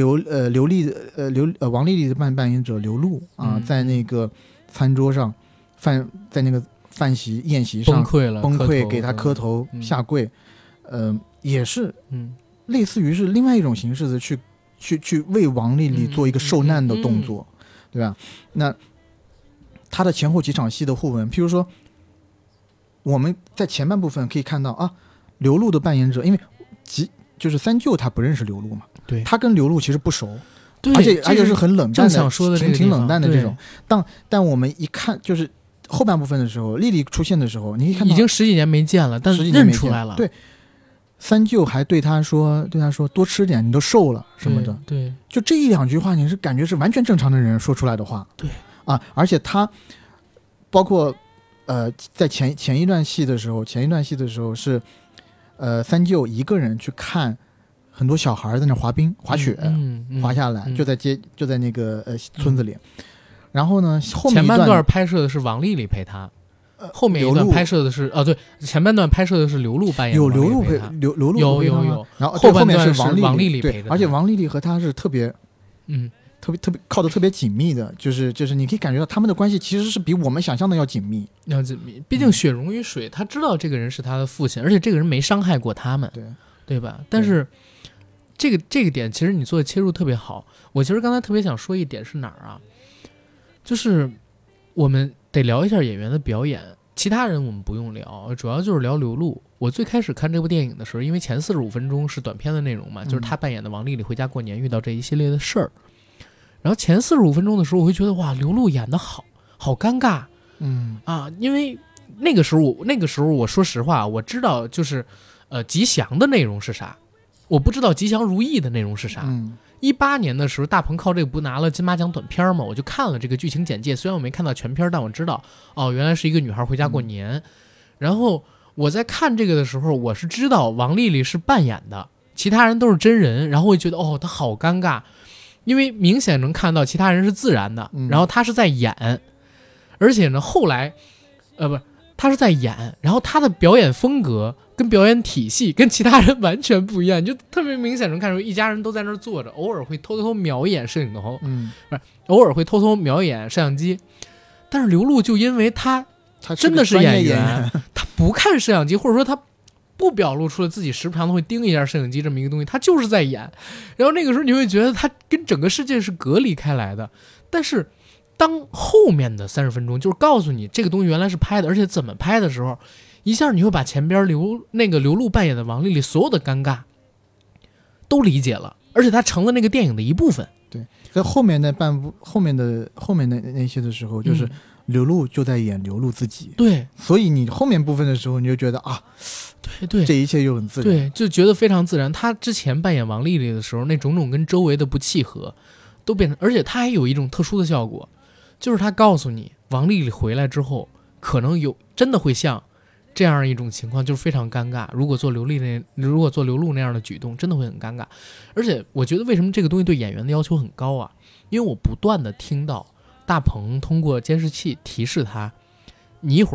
王丽丽的扮演者刘露啊，在那个餐桌上在那个宴席上崩溃给他磕头下跪，也是类似于是另外一种形式的去为王丽丽做一个受难的动作，对吧？那他的前后几场戏的互文，譬如说我们在前半部分可以看到啊，刘露的扮演者因为就是三舅他不认识刘露嘛， 对， 他跟刘露其实不熟， 对， 而且是很冷淡的， 想说的挺冷淡的这种。但我们一看，就是后半部分的时候，丽丽出现的时候，你可以看到已经10几年没见了，但认出来了。 对，三舅还对他说多吃点，你都瘦了什么的。 对， 就这1-2句话，你是感觉是完全正常的人说出来的话。 对啊，而且他包括在前一段戏的时候是。三舅一个人去看很多小孩在那滑雪，滑下来，就在那个村子里。然后呢，后面前半段拍摄的是王丽丽陪他，后面一段拍摄的是对，前半段拍摄的是刘露扮演的， 有刘露陪刘露有， 然后后面是王丽丽陪的， 而且王丽丽和他是特别特别靠得特别紧密的，就是你可以感觉到他们的关系其实是比我们想象的要紧密。 毕竟血溶于水，他知道这个人是他的父亲，而且这个人没伤害过他们，对吧？但是这个点其实你做的切入特别好。我其实刚才特别想说一点是哪儿啊？就是我们得聊一下演员的表演，其他人我们不用聊，主要就是聊刘露。我最开始看这部电影的时候，因为前45分钟是短片的内容嘛，就是他扮演的王丽丽回家过年遇到这一系列的事儿。然后前45分钟的时候，我会觉得哇，刘露演得好尴尬，因为那个时候我说实话，我知道就是吉祥的内容是啥，我不知道吉祥如意的内容是啥。18年的时候，大鹏靠这个不拿了金马奖短片嘛，我就看了这个剧情简介，虽然我没看到全片，但我知道原来是一个女孩回家过年。然后我在看这个的时候，我是知道王丽丽是扮演的，其他人都是真人，然后我就觉得她好尴尬。因为明显能看到其他人是自然的，然后他是在演，而且呢，后来，他是在演，然后他的表演风格跟表演体系跟其他人完全不一样，就特别明显能看出一家人都在那儿坐着，偶尔会偷偷瞄一眼摄影头，偶尔会偷偷瞄一眼摄像机，但是刘露就因为他真的是演员，他不看摄像机，或者说他不表露出了自己时不常的会盯一下摄影机这么一个东西，他就是在演。然后那个时候你会觉得他跟整个世界是隔离开来的。但是当后面的30分钟就是告诉你这个东西原来是拍的，而且怎么拍的时候，一下你会把前边刘露扮演的王丽丽所有的尴尬都理解了，而且它成了那个电影的一部分。 对，在后面的那些的时候，就是刘露就在演刘露自己。 对， 所以你后面部分的时候，你就觉得对， 这一切又很自然， 对，就觉得非常自然。他之前扮演王丽丽的时候，那种种跟周围的不契合，都变成，而且他还有一种特殊的效果，就是他告诉你，王丽丽回来之后，可能真的会像这样一种情况，就是非常尴尬。如果做刘露那样的举动，真的会很尴尬。而且我觉得为什么这个东西对演员的要求很高啊？因为我不断的听到大鹏通过监视器提示他，你一会儿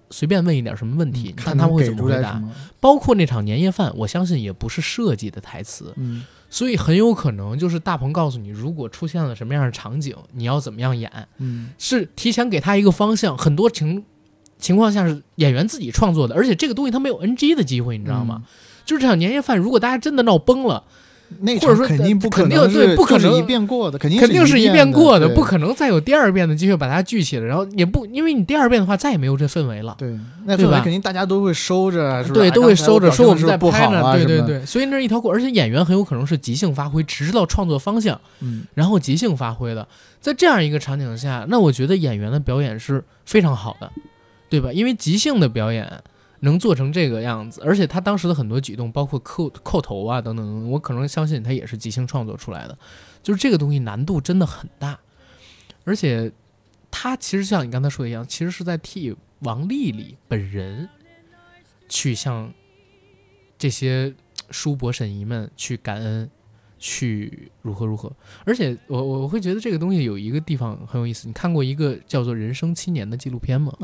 随便问一点什么问题， 看他们会怎么回答。 么包括那场年夜饭，我相信也不是设计的台词，所以很有可能就是大鹏告诉你，如果出现了什么样的场景，你要怎么样演，是提前给他一个方向。很多情况下是演员自己创作的，而且这个东西他没有 NG 的机会，你知道吗？就是这场年夜饭，如果大家真的闹崩了。 那或者说肯定不可能对，不可能一遍过的，肯定是一遍过的， 不可能再有第二遍的机会把它聚起来，然后也不因为你第二遍的话再也没有这氛围了。 对，那氛围肯定大家都会收着，是吧？ 对，都会收着，说我们在拍呢， 对对，所以那是一条过，而且演员很有可能是即兴发挥，只知道创作方向，然后即兴发挥的。在这样一个场景下，那我觉得演员的表演是非常好的，对吧？因为即兴的表演。能做成这个样子，而且他当时的很多举动，包括扣头啊等等，我可能相信他也是即兴创作出来的。就是这个东西难度真的很大，而且他其实像你刚才说的一样，其实是在替王丽丽本人去向这些叔伯婶姨们去感恩，去如何。而且我会觉得这个东西有一个地方很有意思，你看过一个叫做《人生7年》的纪录片吗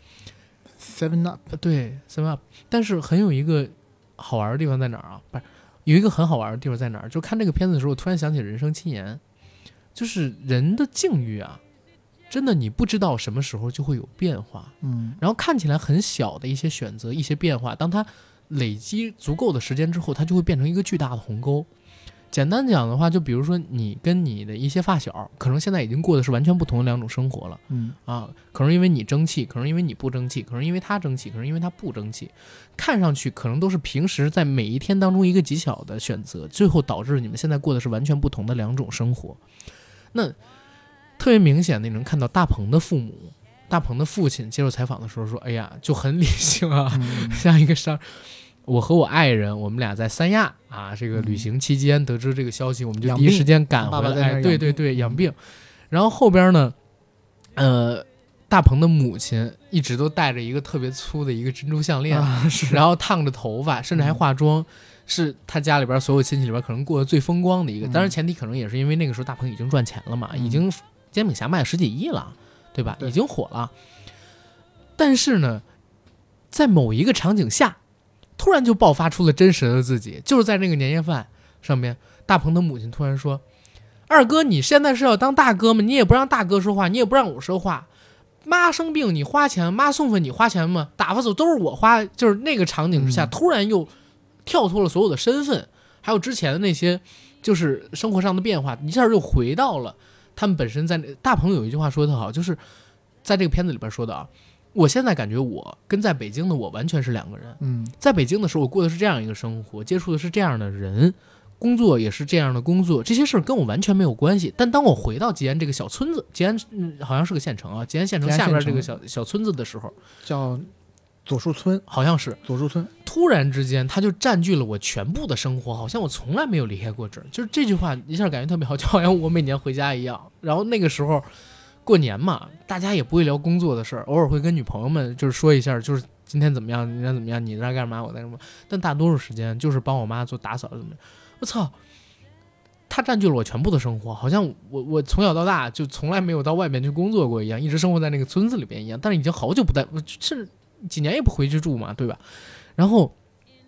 ？Seven Up， 对 ，Seven Up， 但是很有一个好玩的地方在哪儿啊？不是，有一个很好玩的地方在哪儿？就看这个片子的时候，我突然想起《人生7年》，就是人的境遇啊，真的你不知道什么时候就会有变化，然后看起来很小的一些选择、一些变化，当它累积足够的时间之后，它就会变成一个巨大的鸿沟。简单讲的话，就比如说你跟你的一些发小，可能现在已经过的是完全不同的两种生活了，可能因为你争气，可能因为你不争气，可能因为他争气，可能因为他不争气，看上去可能都是平时在每一天当中一个极小的选择，最后导致你们现在过的是完全不同的两种生活。那特别明显的，你能看到大鹏的父母，大鹏的父亲接受采访的时候说：“哎呀，就很理性啊，像一个商。”我和我爱人，我们俩在三亚啊，这个旅行期间得知这个消息，我们就第一时间赶回来。对，养病。然后后边呢，大鹏的母亲一直都戴着一个特别粗的一个珍珠项链，然后烫着头发，甚至还化妆，是他家里边所有亲戚里边可能过得最风光的一个。当然前提可能也是因为那个时候大鹏已经赚钱了嘛，已经煎饼侠卖10几亿了，对吧？已经火了。但是呢，在某一个场景下。突然就爆发出了真实的自己，就是在那个年夜饭上面，大鹏的母亲突然说：“二哥，你现在是要当大哥吗？你也不让大哥说话，你也不让我说话。妈生病你花钱，妈送饭你花钱吗？打发走都是我花。”就是那个场景之下，突然又跳脱了所有的身份，还有之前的那些就是生活上的变化，一下就回到了他们本身在。大鹏有一句话说得特好，就是在这个片子里边说的啊。我现在感觉我跟在北京的我完全是两个人。在北京的时候，我过的是这样一个生活，接触的是这样的人，工作也是这样的工作，这些事儿跟我完全没有关系。但当我回到吉安这个小村子，吉安好像是个县城啊，吉安县城下边这个小村子的时候， 叫左树村， 好像是左树村。 突然之间，它就占据了我全部的生活，好像我从来没有离开过这儿。就是这句话一下感觉特别好，就好像我每年回家一样。然后那个时候。过年嘛，大家也不会聊工作的事儿，偶尔会跟女朋友们就是说一下，就是今天怎么样，明天怎么样，你在干嘛，我在干嘛。但大多数时间就是帮我妈做打扫怎么样。我操，他占据了我全部的生活，好像我从小到大就从来没有到外面去工作过一样，一直生活在那个村子里边一样。但是已经好久不在，甚至几年也不回去住嘛，对吧？然后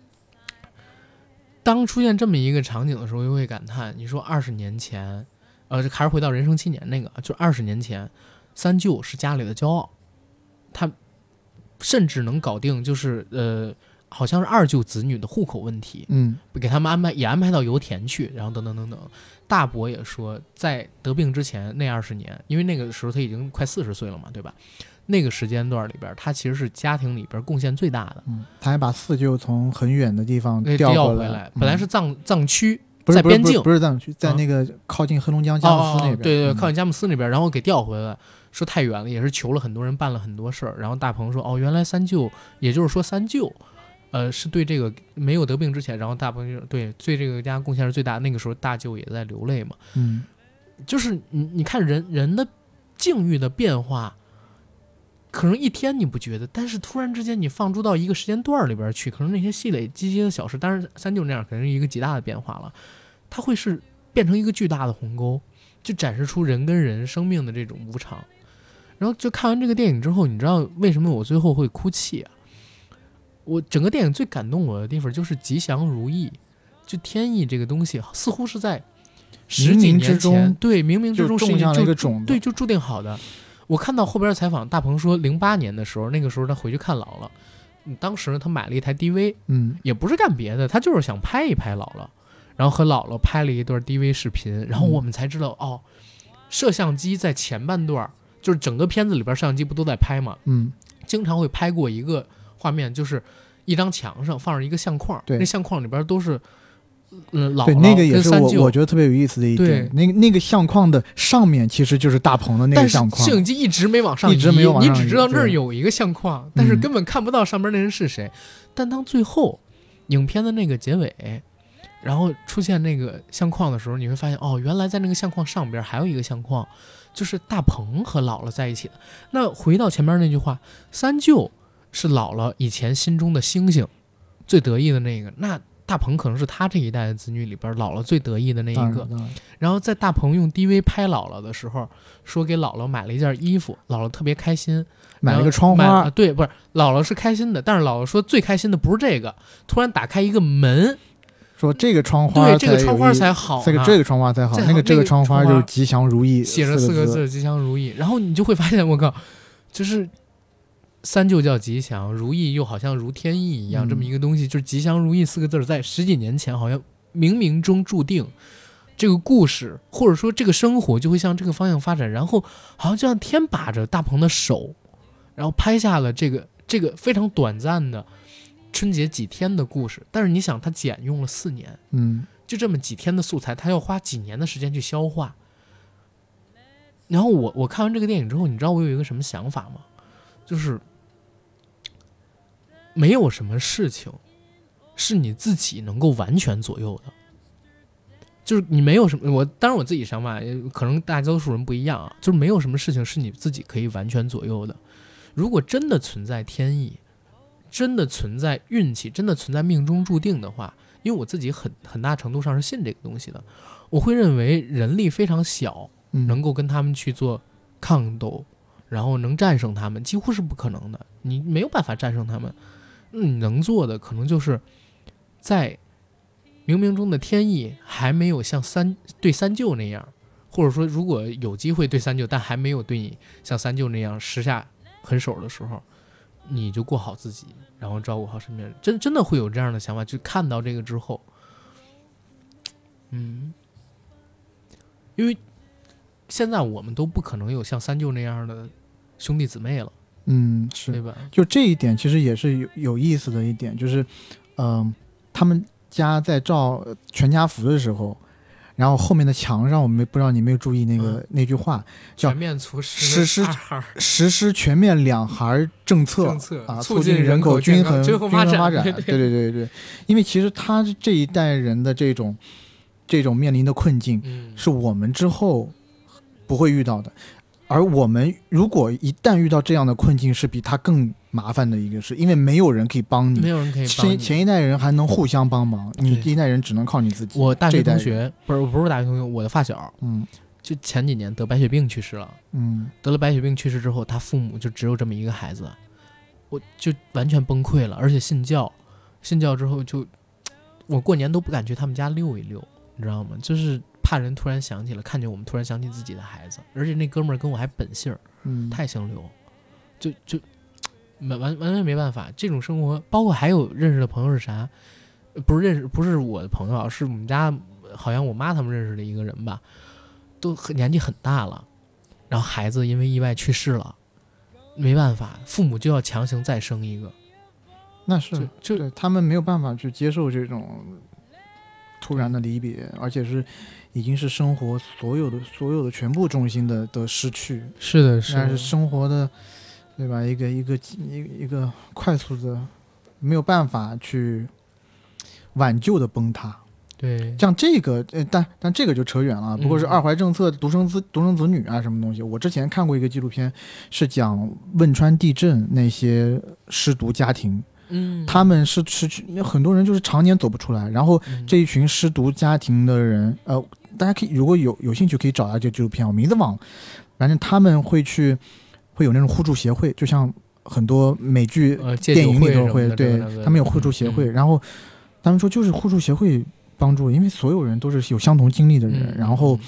当出现这么一个场景的时候，又会感叹，你说20年前。还是回到人生7年那个，就20年前，三舅是家里的骄傲，他甚至能搞定，就是好像是2舅子女的户口问题，给他们安排到油田去，然后等等等等。大伯也说，在得病之前那20年，因为那个时候他已经快40岁了嘛，对吧？那个时间段里边，他其实是家庭里边贡献最大的。 他还把4舅从很远的地方调回来，本来是藏区。 在边境不是藏区，在那个靠近黑龙江佳木斯那边， 对，靠近佳木斯那边，然后给调回来，说太远了，也是求了很多人，办了很多事儿。然后大鹏说，原来三舅，也就是说三舅，是对这个没有得病之前，然后大鹏就对这个家贡献是最大。那个时候大舅也在流泪嘛，就是你看人的境遇的变化，可能一天你不觉得，但是突然之间你放逐到一个时间段里边去，可能那些细累积积的小事，当然三舅那样肯定是一个极大的变化了。它会是变成一个巨大的鸿沟，就展示出人跟人生命的这种无常。 然后就看完这个电影之后，你知道为什么我最后会哭泣啊？我整个电影最感动我的地方就是吉祥如意，就天意这个东西似乎是在十几年前，对，冥冥之中是种下了一个种子， 对，就注定好的。我看到后边的采访，大鹏说08年的时候，那个时候他回去看姥姥，当时呢他买了一台 DV， 也不是干别的，他就是想拍一拍姥姥，然后和姥姥拍了一段 DV 视频，然后我们才知道，哦，摄像机在前半段，就是整个片子里边摄像机不都在拍吗？经常会拍过一个画面，就是一张墙上放着一个相框，那相框里边都是姥姥那个也是跟三舅， 我觉得特别有意思的一点。那个相框的上面其实就是大鹏的那个相框， 但是摄影机一直没往上移， 一直没有往上移， 你只知道那儿有一个相框，但是根本看不到上边那人是谁。但当最后影片的那个结尾，然后出现那个相框的时候，你会发现，哦，原来在那个相框上边还有一个相框，就是大鹏和姥姥在一起的。那回到前面那句话，三舅是姥姥以前心中的星星，最得意的那个，那大鹏可能是他这一代的子女里边姥姥最得意的那一个。然后在大鹏用 DV 拍姥姥的时候，说给姥姥买了一件衣服，姥姥特别开心， 买了个窗花。 对，不是，姥姥是开心的，但是姥姥说最开心的不是这个，突然打开一个门， 说这个窗花， 对，这个窗花才好， 这个窗花才好，这个窗花就是吉祥如意， 写着4个字吉祥如意。然后你就会发现，我靠，就是三舅叫吉祥，如意又好像如天意一样，这么一个东西，就是吉祥如意4个字，在10几年前好像冥冥中注定，这个故事或者说这个生活就会向这个方向发展，然后好像就像天把着大鹏的手，然后拍下了这个非常短暂的春节几天的故事。但是你想，他剪用了4年，就这么几天的素材，他要花几年的时间去消化。然后我看完这个电影之后，你知道我有一个什么想法吗？就是没有什么事情是你自己能够完全左右的，就是你没有什么，当然我自己想法可能大多数人不一样啊，就是没有什么事情是你自己可以完全左右的。如果真的存在天意，真的存在运气，真的存在命中注定的话，因为我自己很大程度上是信这个东西的，我会认为人力非常小，能够跟他们去做抗斗，然后能战胜他们几乎是不可能的，你没有办法战胜他们。你能做的可能就是在冥冥中的天意还没有像对三舅那样，或者说如果有机会对三舅，但还没有对你像三舅那样施下狠手的时候，你就过好自己，然后照顾好身边人。真的会有这样的想法，就看到这个之后，因为现在我们都不可能有像三舅那样的兄弟姊妹了， 是， 对吧？ 就这一点其实也是有意思的一点，就是他们家在照全家福的时候，然后后面的墙上，我们不知道你没有注意那句话，叫全面实施全面2孩政策啊，促进人口均衡发展。对，因为其实他这一代人的这种面临的困境，是我们之后不会遇到的。而我们如果一旦遇到这样的困境，是比他更麻烦的一个事，因为没有人可以帮你， 没有人可以帮你。 前一代人还能互相帮忙，你第一代人只能靠你自己。 我大学同学不是大学同学，我的发小，就前几年得白血病去世了，得了白血病去世之后，他父母就只有这么一个孩子，我就完全崩溃了，而且信教之后就，我过年都不敢去他们家溜一溜，你知道吗？就是怕人突然想起了，看见我们突然想起自己的孩子，而且那哥们儿跟我还本姓，太姓刘，就完全没办法。这种生活，包括还有认识的朋友是啥？不是我的朋友，是我们家好像我妈他们认识的一个人吧，都年纪很大了，然后孩子因为意外去世了，没办法，父母就要强行再生一个。 那是就他们没有办法去接受这种突然的离别，而且是已经是生活所有的全部重心的失去。 是的， 但是生活的，对吧？一个快速的没有办法去挽救的崩塌。 对， 像这个但这个就扯远了，不过是二孩政策、独生子女啊什么东西。我之前看过一个纪录片，是讲汶川地震那些失独家庭。他们是很多人就是常年走不出来，然后这一群失独家庭的人，大家可以如果有兴趣可以找到这个纪录片，我名字忘了，反正他们会去会有那种互助协会，就像很多美剧、电影里头会，对，他们有互助协会，然后他们说就是互助协会帮助，因为所有人都是有相同经历的人，然后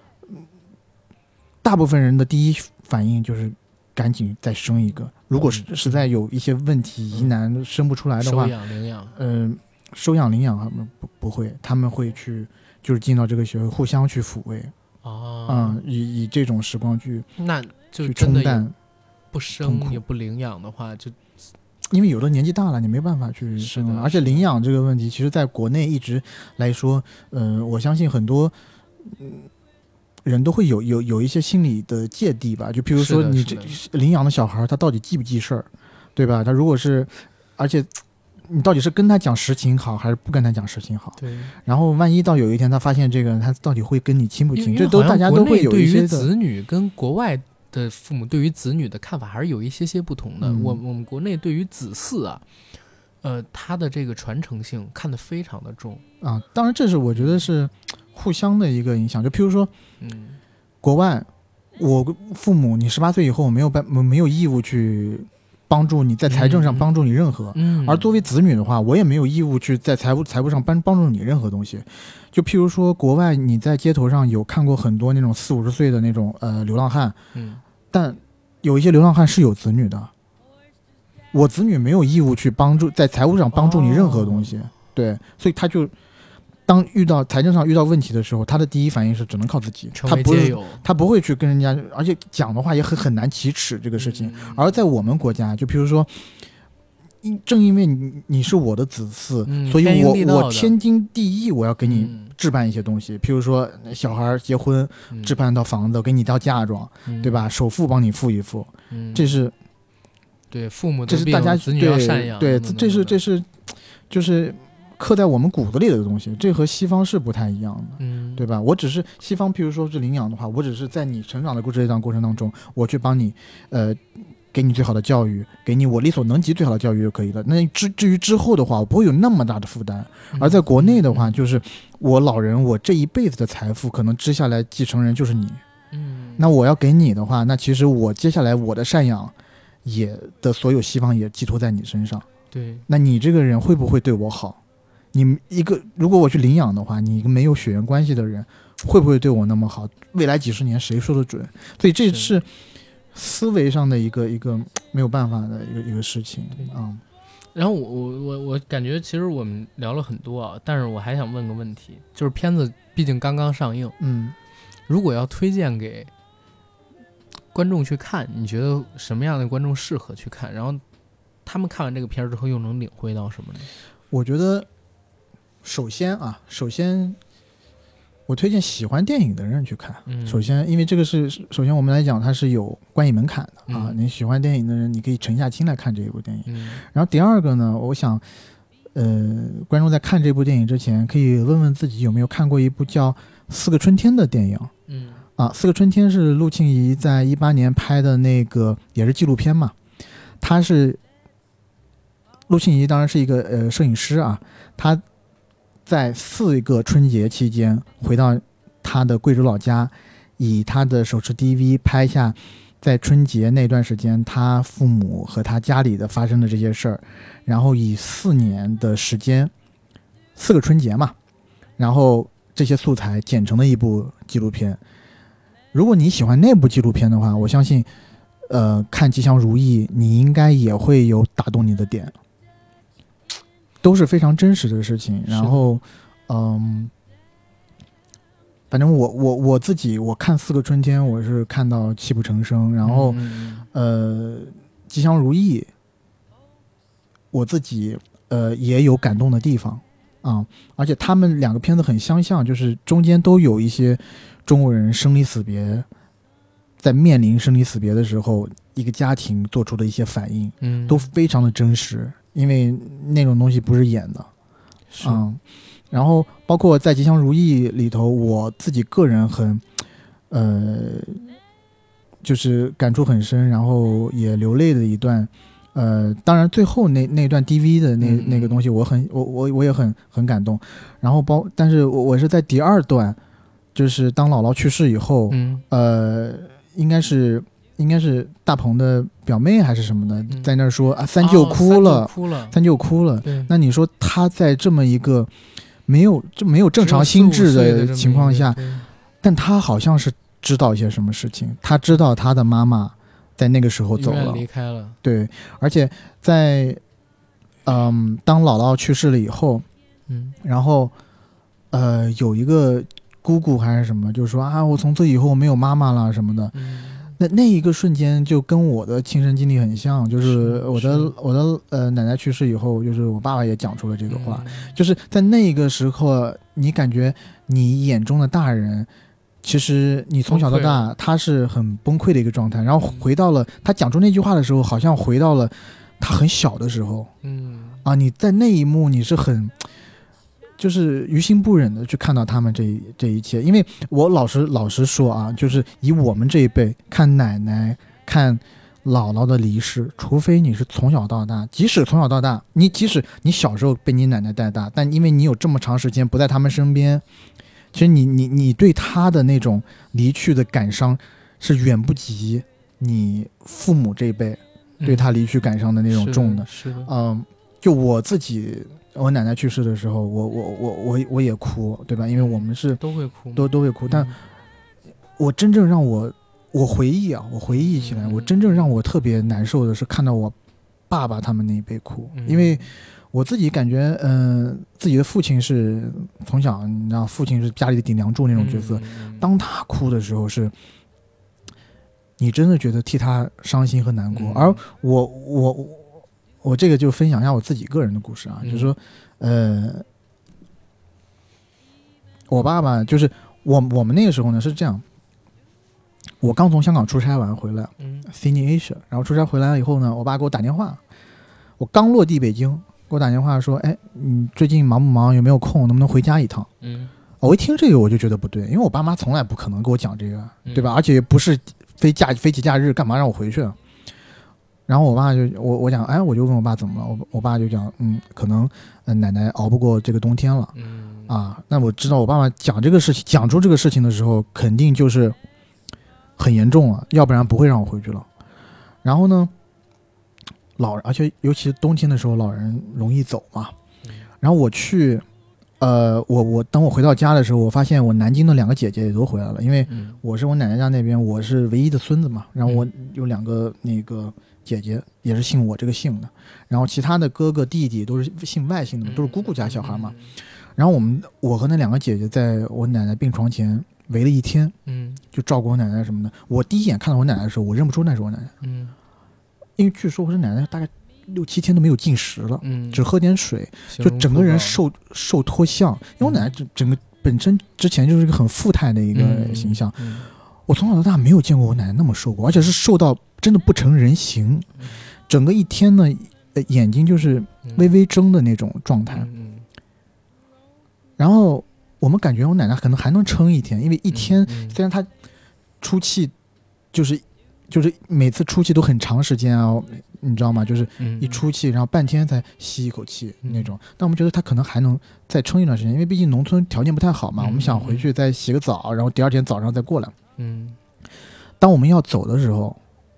大部分人的第一反应就是赶紧再生一个，如果实在有一些问题疑难生不出来的话， 收养领养， 收养领养他们不会，他们会去就是进到这个协会互相去抚慰，以这种时光去那就去冲淡不生也不领养的话，就因为有的年纪大了，你没办法去生了，而且领养这个问题，其实在国内一直来说，我相信很多人都会有一些心理的芥蒂吧，就比如说你这领养的小孩，他到底记不记事儿，对吧？他如果是，而且你到底是跟他讲实情好，还是不跟他讲实情好？ 对。 然后万一到有一天他发现这个，他到底会跟你亲不亲？这都大家都会有一些的。 对于子女跟国外的父母对于子女的看法还是有一些不同的。我们国内对于子嗣啊，他的这个传承性看得非常的重啊。当然，这是我觉得是互相的一个影响。就譬如说，国外，我父母你18岁以后没有义务去帮助你在财政上帮助你任何，而作为子女的话，我也没有义务去在财务上帮助你任何东西。就譬如说，国外你在街头上有看过很多那种40-50岁的那种流浪汉，但有一些流浪汉是有子女的，我子女没有义务去在财务上帮助你任何东西，对，所以他就当财政上遇到问题的时候，他的第一反应是只能靠自己，他不会去跟人家，而且讲的话也很难启齿这个事情。而在我们国家，就比如说，正因为你是我的子嗣，所以我天经地义，我要给你置办一些东西，譬如说小孩结婚置办到房子，给你到嫁妆，对吧？首付帮你付一付，这是对父母， 这是大家子女要赡养， 对，这是就是刻在我们骨子里的东西，这和西方是不太一样的，对吧？我只是西方，譬如说是领养的话，我只是在你成长的这段过程当中，我去帮你，给你最好的教育，给你我力所能及最好的教育就可以了。那至于之后的话，我不会有那么大的负担。而在国内的话，就是我老人，我这一辈子的财富可能接下来继承人就是你，那我要给你的话，那其实我接下来我的赡养的所有希望也寄托在你身上。 对， 那你这个人会不会对我好？如果我去领养的话，你一个没有血缘关系的人会不会对我那么好？未来几十年谁说得准？所以这是思维上的一个没有办法的一个事情啊。 然后我感觉其实我们聊了很多啊，但是我还想问个问题，就是片子毕竟刚刚上映，如果要推荐给观众去看，你觉得什么样的观众适合去看？然后他们看完这个片之后又能领会到什么呢？ 我觉得首先我推荐喜欢电影的人去看。首先，因为这个首先我们来讲，它是有观影门槛的啊。你喜欢电影的人，你可以沉下心来看这一部电影。然后第二个呢，我想，观众在看这部电影之前，可以问问自己有没有看过一部叫《四个春天》的电影。《四个春天》是陆庆怡在18年拍的那个，也是纪录片嘛。陆庆怡当然是一个摄影师啊，他在4个春节期间回到他的贵州老家，以他的手持 DV 拍下在春节那段时间他父母和他家里的发生的这些事儿，然后以4年的时间，4个春节嘛，然后这些素材剪成了一部纪录片。如果你喜欢那部纪录片的话，我相信看吉祥如意你应该也会有打动你的点，都是非常真实的事情。然后反正我自己看4个春天我是看到泣不成声，然后吉祥如意我自己也有感动的地方啊，而且他们2个片子很相像，就是中间都有一些中国人生离死别，在面临生离死别的时候一个家庭做出的一些反应，都非常的真实，因为那种东西不是演的。然后包括在吉祥如意里头，我自己个人很就是感触很深，然后也流泪的一段。当然最后那段 DV 的那个东西我也很感动。然后但是我是在第2段，就是当姥姥去世以后，应该是应该是大鹏的表妹还是什么的，在那儿说啊，三舅哭了，三舅哭了。那你说他在这么一个没有正常心智的情况下，但他好像是知道一些什么事情，他知道他的妈妈在那个时候走了， 离开了。 对，而且在当姥姥去世了以后，然后有一个姑姑还是什么，就说啊，我从此以后没有妈妈了什么的。那一个瞬间就跟我的亲身经历很像，就是我的奶奶去世以后，就是我爸爸也讲出了这个话，就是在那个时候，你感觉你眼中的大人，其实你从小到大他是很崩溃的一个状态，然后回到了他讲出那句话的时候，好像回到了他很小的时候，你在那一幕你是很就是于心不忍的去看到他们这一切。因为我老实说啊，就是以我们这一辈看奶奶看姥姥的离世，除非你是从小到大，即使从小到大即使你小时候被你奶奶带大，但因为你有这么长时间不在他们身边，其实你对他的那种离去的感伤是远不及你父母这一辈对他离去感伤的那种重的。 是的， 就我自己，我奶奶去世的时候，我也哭，对吧？因为我们是都会哭， 都会哭。但我真正让我回忆起来，我真正让我特别难受的是看到我爸爸他们那一辈哭，因为我自己感觉，自己的父亲是从小，你知道，父亲是家里的顶梁柱那种角色，当他哭的时候是。你真的觉得替他伤心和难过，而我这个就分享一下我自己个人的故事啊，就是说，我爸爸就是我们那个时候呢是这样，我刚从香港出差完回来，Sydney Asia， 然后出差回来以后呢，我爸给我打电话，我刚落地北京，给我打电话说，哎，你最近忙不忙？有没有空？能不能回家一趟？我一听这个我就觉得不对，因为我爸妈从来不可能给我讲这个，对吧？而且也不是。非节假日干嘛让我回去啊？然后我爸就我讲，哎，我就问我爸怎么了，我爸就讲，可能奶奶熬不过这个冬天了，那我知道我爸爸讲出这个事情的时候，肯定就是很严重了，要不然不会让我回去了。然后呢，而且尤其是冬天的时候，老人容易走嘛。然后我去。我等我回到家的时候，我发现我南京的2个姐姐也都回来了，因为我是我奶奶家那边，我是唯一的孙子嘛，然后我有2个那个姐姐也是姓我这个姓的，然后其他的哥哥弟弟都是姓外姓的，都是姑姑家小孩嘛。然后我和那2个姐姐在我奶奶病床前围了1天，就照顾我奶奶什么的。我第一眼看到我奶奶的时候，我认不出那是我奶奶，因为据说我是奶奶大概6、7天都没有进食了，只喝点水，就整个人瘦脱相。因为我奶奶整个本身之前就是一个很富态的一个形象，我从小到大没有见过我奶奶那么瘦过，而且是瘦到真的不成人形，整个一天呢，眼睛就是微微睁的那种状态。然后我们感觉我奶奶可能还能撑1天，因为1天虽然她出气就是每次出气都很长时间啊。你知道吗？就是一出气，然后半天才吸一口气那种。但我们觉得他可能还能再撑一段时间，因为毕竟农村条件不太好嘛。我们想回去再洗个澡，然后第2天早上再过来。当我们要走的时候，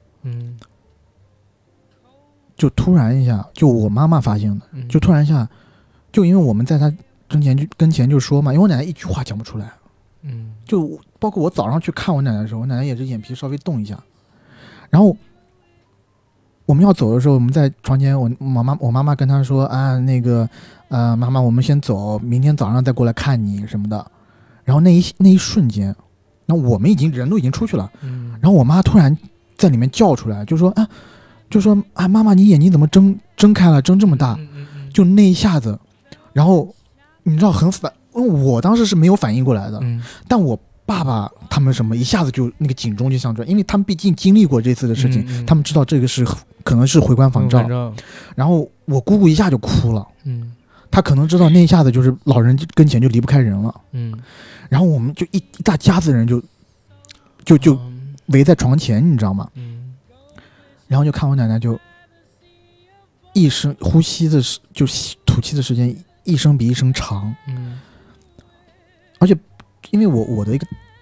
就突然一下，就我妈妈发现的，就突然一下，就因为我们在她跟前就说嘛，因为我奶奶一句话讲不出来，就包括我早上去看我奶奶的时候，我奶奶也是眼皮稍微动一下，然后。我们要走的时候，我们在床前，我妈妈跟她说啊，那个妈妈，我们先走，明天早上再过来看你什么的。然后那一瞬间，那我们人都已经出去了，然后我妈突然在里面叫出来，就说啊，妈妈，你眼睛怎么睁开了，睁这么大？就那一下子，然后你知道我当时是没有反应过来的，但我爸爸他们什么一下子就那个警钟就响出来，因为他们毕竟经历过这次的事情，他们知道这个是可能是回光返照。然后我姑姑一下就哭了，她可能知道那一下子就是老人跟前就离不开人了，然后我们就一大家子人就围在床前，你知道吗？然后就看我奶奶就一声呼吸的就吐气的时间一声比一声长，而且因为我的一个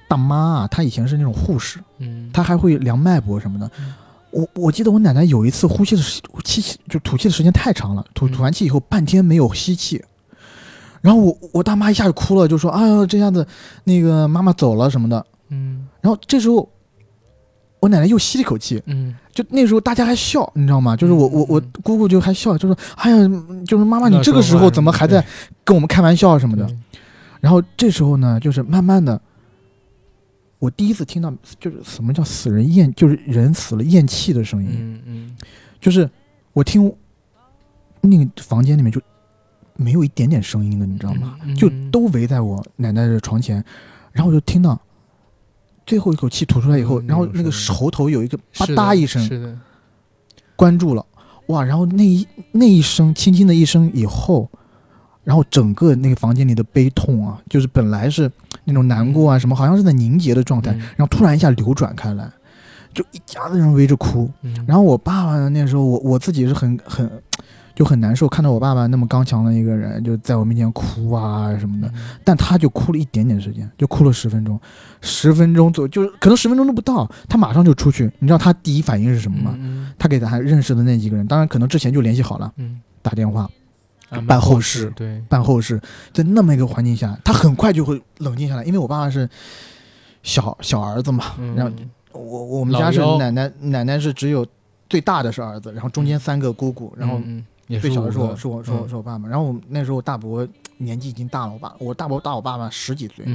大妈啊，她以前是那种护士，她还会量脉搏什么的。我记得我奶奶有一次呼吸的就吐气的时间太长了，吐完气以后半天没有吸气，然后我大妈一下就哭了，就说：“哎呀，这下子那个妈妈走了什么的。”然后这时候我奶奶又吸了一口气，就那时候大家还笑，你知道吗？就是我姑姑就还笑，就说：“哎呀，就是妈妈你这个时候怎么还在跟我们开玩笑什么的？”然后这时候呢，就是慢慢的，我第一次听到就是什么叫死人咽，就是人死了咽气的声音。就是我听那个房间里面就没有一点点声音的，你知道吗？就都围在我奶奶的床前，然后我就听到最后一口气吐出来以后，然后那个喉头有一个吧嗒一声， 是的， 关住了，哇！然后那一声轻轻的一声以后，然后整个那个房间里的悲痛啊，就是本来是那种难过啊什么，好像是在凝结的状态，然后突然一下流转开来，就一家子人围着哭。然后我爸爸呢，那时候我自己是很难受，看到我爸爸那么刚强的一个人就在我面前哭啊什么的，但他就哭了一点点时间，就哭了10分钟左右，就是可能10分钟都不到，他马上就出去。你知道他第一反应是什么吗？他给他认识的那几个人，当然可能之前就联系好了，打电话办后事， 对， 办后事，在那么一个环境下，他很快就会冷静下来，因为我爸爸是小儿子嘛，然后我们家是奶奶是只有最大的是儿子，然后中间3个姑姑，然后最小的是我爸爸。然后那时候我大伯年纪已经大了，我大伯大我爸爸10几岁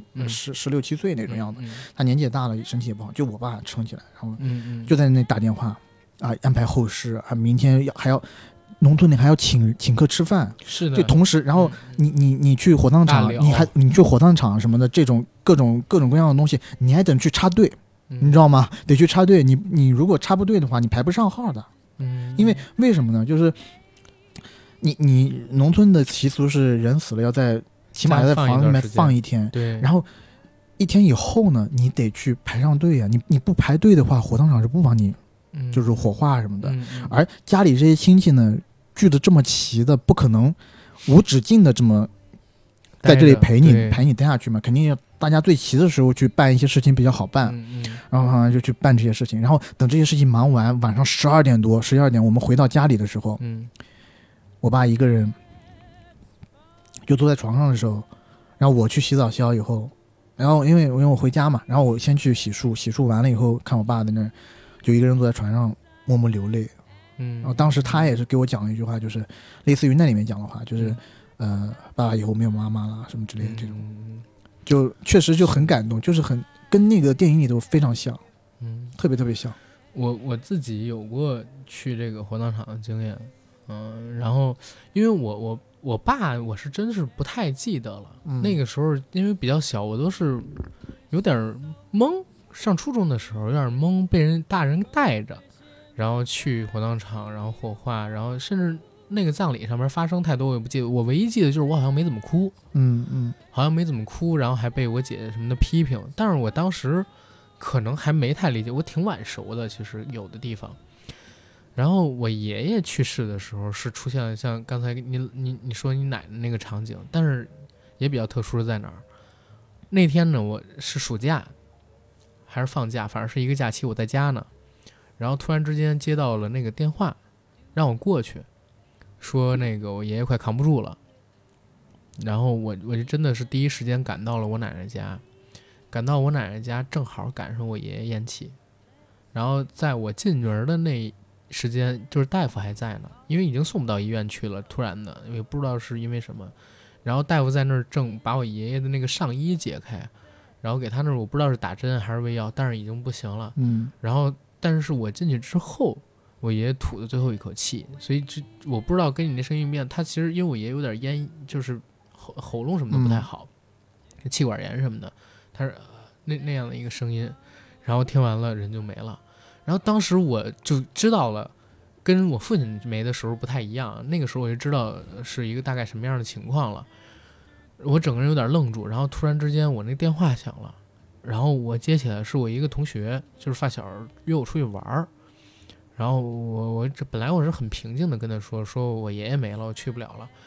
，16、17岁那种样子，他年纪也大了，身体也不好，就我爸撑起来，然后就在那打电话啊，安排后事啊，明天还要农村里还要请客吃饭， 是的， 就同时，然后你去火葬场，你去火葬场什么的，这种各种各样的东西，你还得去插队，你知道吗？得去插队，你如果插不对的话，你排不上号的。因为什么呢？就是你农村的习俗是人死了要起码要在房子里面放一天， 对， 然后1天以后呢，你得去排上队啊，你不排队的话，火葬场是不帮你就是火化什么的。而家里这些亲戚呢，聚得这么齐的，不可能无止境的这么在这里陪你待下去嘛，肯定要大家最齐的时候去办一些事情比较好办，然后就去办这些事情，然后等这些事情忙完，晚上12点多11、12点，我们回到家里的时候，我爸一个人就坐在床上的时候，然后我去洗澡洗好以后，然后因为我回家嘛，然后我先去洗漱完了以后，看我爸在那儿就一个人坐在床上默默流泪。然后当时他也是给我讲了一句话，就是类似于那里面讲的话，就是爸爸以后没有妈妈了什么之类的这种，就确实就很感动，就是很跟那个电影里头非常像，特别特别像。 我自己有过去这个火葬场的经验，然后因为我爸我是真是不太记得了，那个时候因为比较小，我都是有点懵，上初中的时候有点懵，被大人带着，然后去火葬场，然后火化，然后甚至那个葬礼上面发生太多我也不记得，我唯一记得就是我好像没怎么哭，好像没怎么哭，然后还被我姐姐什么的批评，但是我当时可能还没太理解，我挺晚熟的，其实有的地方。然后我爷爷去世的时候是出现了像刚才你说你奶奶那个场景，但是也比较特殊的在哪儿？那天呢，我是暑假还是放假，反正是一个假期，我在家呢，然后突然之间接到了那个电话，让我过去，说那个我爷爷快扛不住了。然后我就真的是第一时间赶到了我奶奶家，赶到我奶奶家正好赶上我爷爷咽气，然后在我进门的那时间，就是大夫还在呢，因为已经送不到医院去了，突然的，也不知道是因为什么，然后大夫在那儿正把我爷爷的那个上衣解开，然后给他那儿我不知道是打针还是喂药，但是已经不行了，然后但是我进去之后，我爷爷吐的最后一口气，所以我不知道跟你那声音一样，他其实因为我爷爷有点咽，就是喉咙什么的不太好，气管炎什么的，他是那样的一个声音，然后听完了人就没了。然后当时我就知道了，跟我父亲没的时候不太一样，那个时候我就知道是一个大概什么样的情况了。我整个人有点愣住，然后突然之间我那电话响了，然后我接起来是我一个同学，就是发小约我出去玩，然后我本来我是很平静的跟他说我爷爷没了，我去不了了。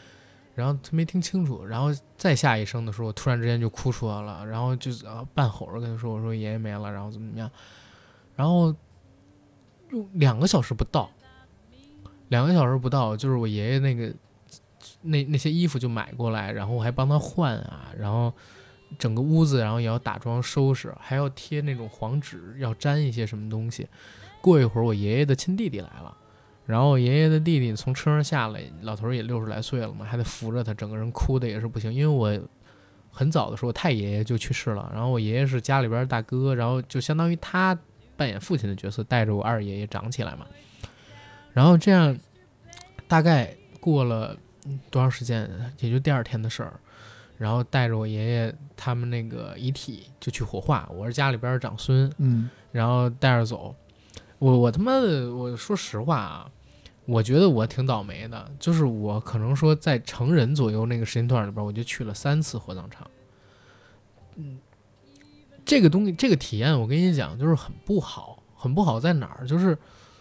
然后他没听清楚，然后再下一声的时候，突然之间就哭出来了，然后就半吼着跟他说：“我说爷爷没了，然后怎么样？”然后用2个小时不到，2个小时不到，就是我爷爷那些衣服就买过来，然后我还帮他换啊，然后整个屋子然后也要打桩收拾，还要贴那种黄纸，要粘一些什么东西。过一会儿我爷爷的亲弟弟来了。然后我爷爷的弟弟从车上下来，老头也60来岁了嘛，还得扶着他，整个人哭的也是不行。因为我很早的时候太爷爷就去世了，然后我爷爷是家里边大哥，然后就相当于他扮演父亲的角色，带着我二爷爷长起来嘛。然后这样大概过了多长时间，也就第2天的事儿，然后带着我爷爷他们那个遗体就去火化，我是家里边长孙，然后带着走。我他妈的，我说实话啊，我觉得我挺倒霉的，就是我可能说在成人左右那个时间段里边，我就去了3次火葬场。这个东西，这个体验，我跟你讲，就是很不好，很不好在哪儿？就是，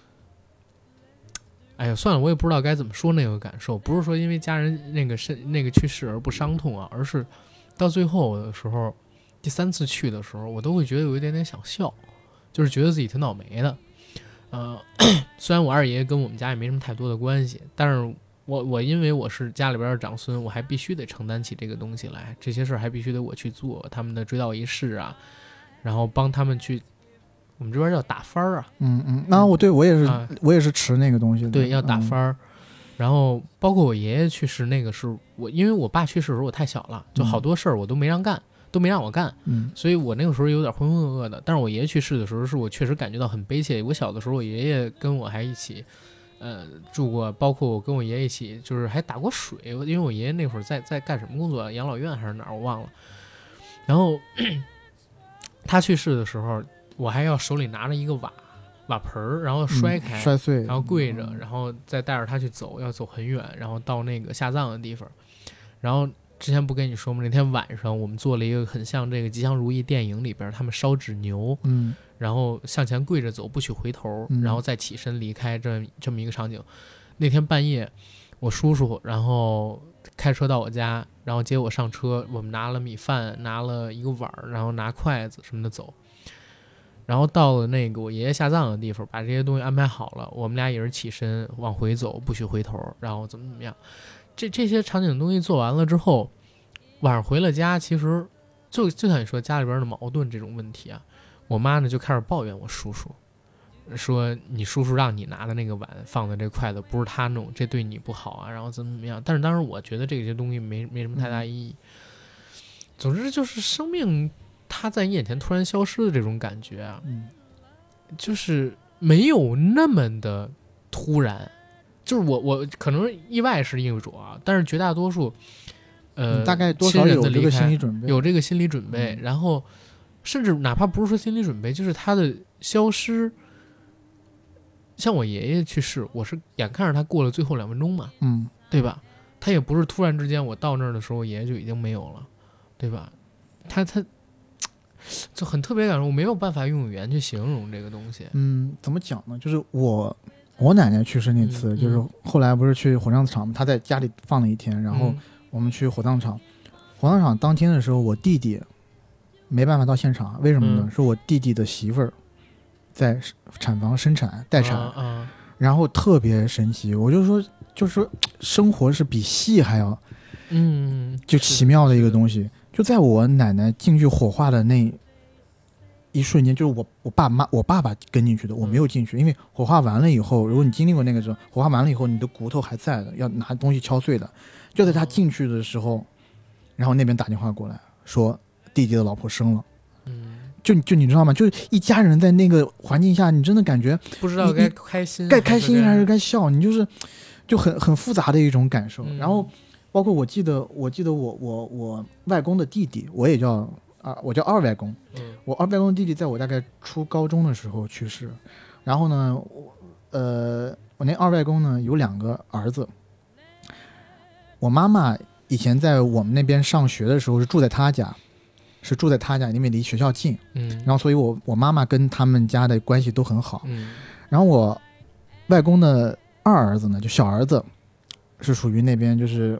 哎呀，算了，我也不知道该怎么说那个感受。不是说因为家人那个去世而不伤痛啊，而是到最后的时候，第3次去的时候，我都会觉得有一点点想笑，就是觉得自己挺倒霉的。虽然我二爷爷跟我们家也没什么太多的关系，但是我因为我是家里边的长孙，我还必须得承担起这个东西来，这些事儿还必须得我去做，他们的追悼仪式啊，然后帮他们去，我们这边叫打幡儿啊。 那我也是、我也是持那个东西的。 对，要打幡儿。然后包括我爷爷去世那个是因为我爸去世的时候我太小了，就好多事儿我都没让干。都没让我干，所以我那个时候有点浑浑噩噩的。但是我爷爷去世的时候，是我确实感觉到很悲切。我小的时候，我爷爷跟我还一起，住过，包括我跟我爷爷一起，就是还打过水。因为我爷爷那会儿在干什么工作，养老院还是哪儿，我忘了。然后他去世的时候，我还要手里拿着一个瓦盆儿，然后摔开， 摔碎， 然后跪着，然后再带着他去走，要走很远，然后到那个下葬的地方，然后。之前不跟你说吗？那天晚上我们做了一个很像这个《吉祥如意》电影里边他们烧纸牛，然后向前跪着走，不许回头，然后再起身离开这么一个场景。那天半夜，我叔叔然后开车到我家，然后接我上车，我们拿了米饭，拿了一个碗，然后拿筷子什么的走。然后到了那个我爷爷下葬的地方，把这些东西安排好了，我们俩也是起身往回走，不许回头，然后怎么样。这些场景的东西做完了之后，晚上回了家，其实就像你说家里边的矛盾这种问题啊，我妈呢就开始抱怨我叔叔，说你叔叔让你拿的那个碗放的这筷子不是他弄，这对你不好啊，然后怎么样。但是当时我觉得这些东西没什么太大意义。总之就是生命它在你眼前突然消失的这种感觉啊，就是没有那么的突然。就是我可能意外是一种啊，但是绝大多数， 大概多少有这个心理准备， 有这个心理准备，然后甚至哪怕不是说心理准备，就是他的消失。像我爷爷去世，我是眼看着他过了最后2分钟嘛，对吧？他也不是突然之间我到那儿的时候，爷爷就已经没有了，对吧？他就很特别感受，我没有办法用语言去形容这个东西。 怎么讲呢？就是我奶奶去世那次，就是后来不是去火葬场，她在家里放了1天，然后我们去火葬场。火葬场当天的时候，我弟弟没办法到现场，为什么呢？是我弟弟的媳妇儿在产房生产待产，然后特别神奇。我就说，就是生活是比戏还要，就奇妙的一个东西。就在我奶奶进去火化的那一瞬间，就是我爸爸跟进去的，我没有进去，因为火化完了以后，如果你经历过那个时候，火化完了以后，你的骨头还在的，要拿东西敲碎的。就在他进去的时候，然后那边打电话过来说弟弟的老婆生了，就你知道吗？就是一家人在那个环境下，你真的感觉不知道该开心还是该笑，你就很复杂的一种感受。然后包括我记得我外公的弟弟，我叫二外公，我二外公的弟弟在我大概初高中的时候去世。然后呢，我那二外公呢有2个儿子。我妈妈以前在我们那边上学的时候是住在他家，因为离学校近。然后所以我妈妈跟他们家的关系都很好。然后我外公的2儿子呢，就小儿子，是属于那边就是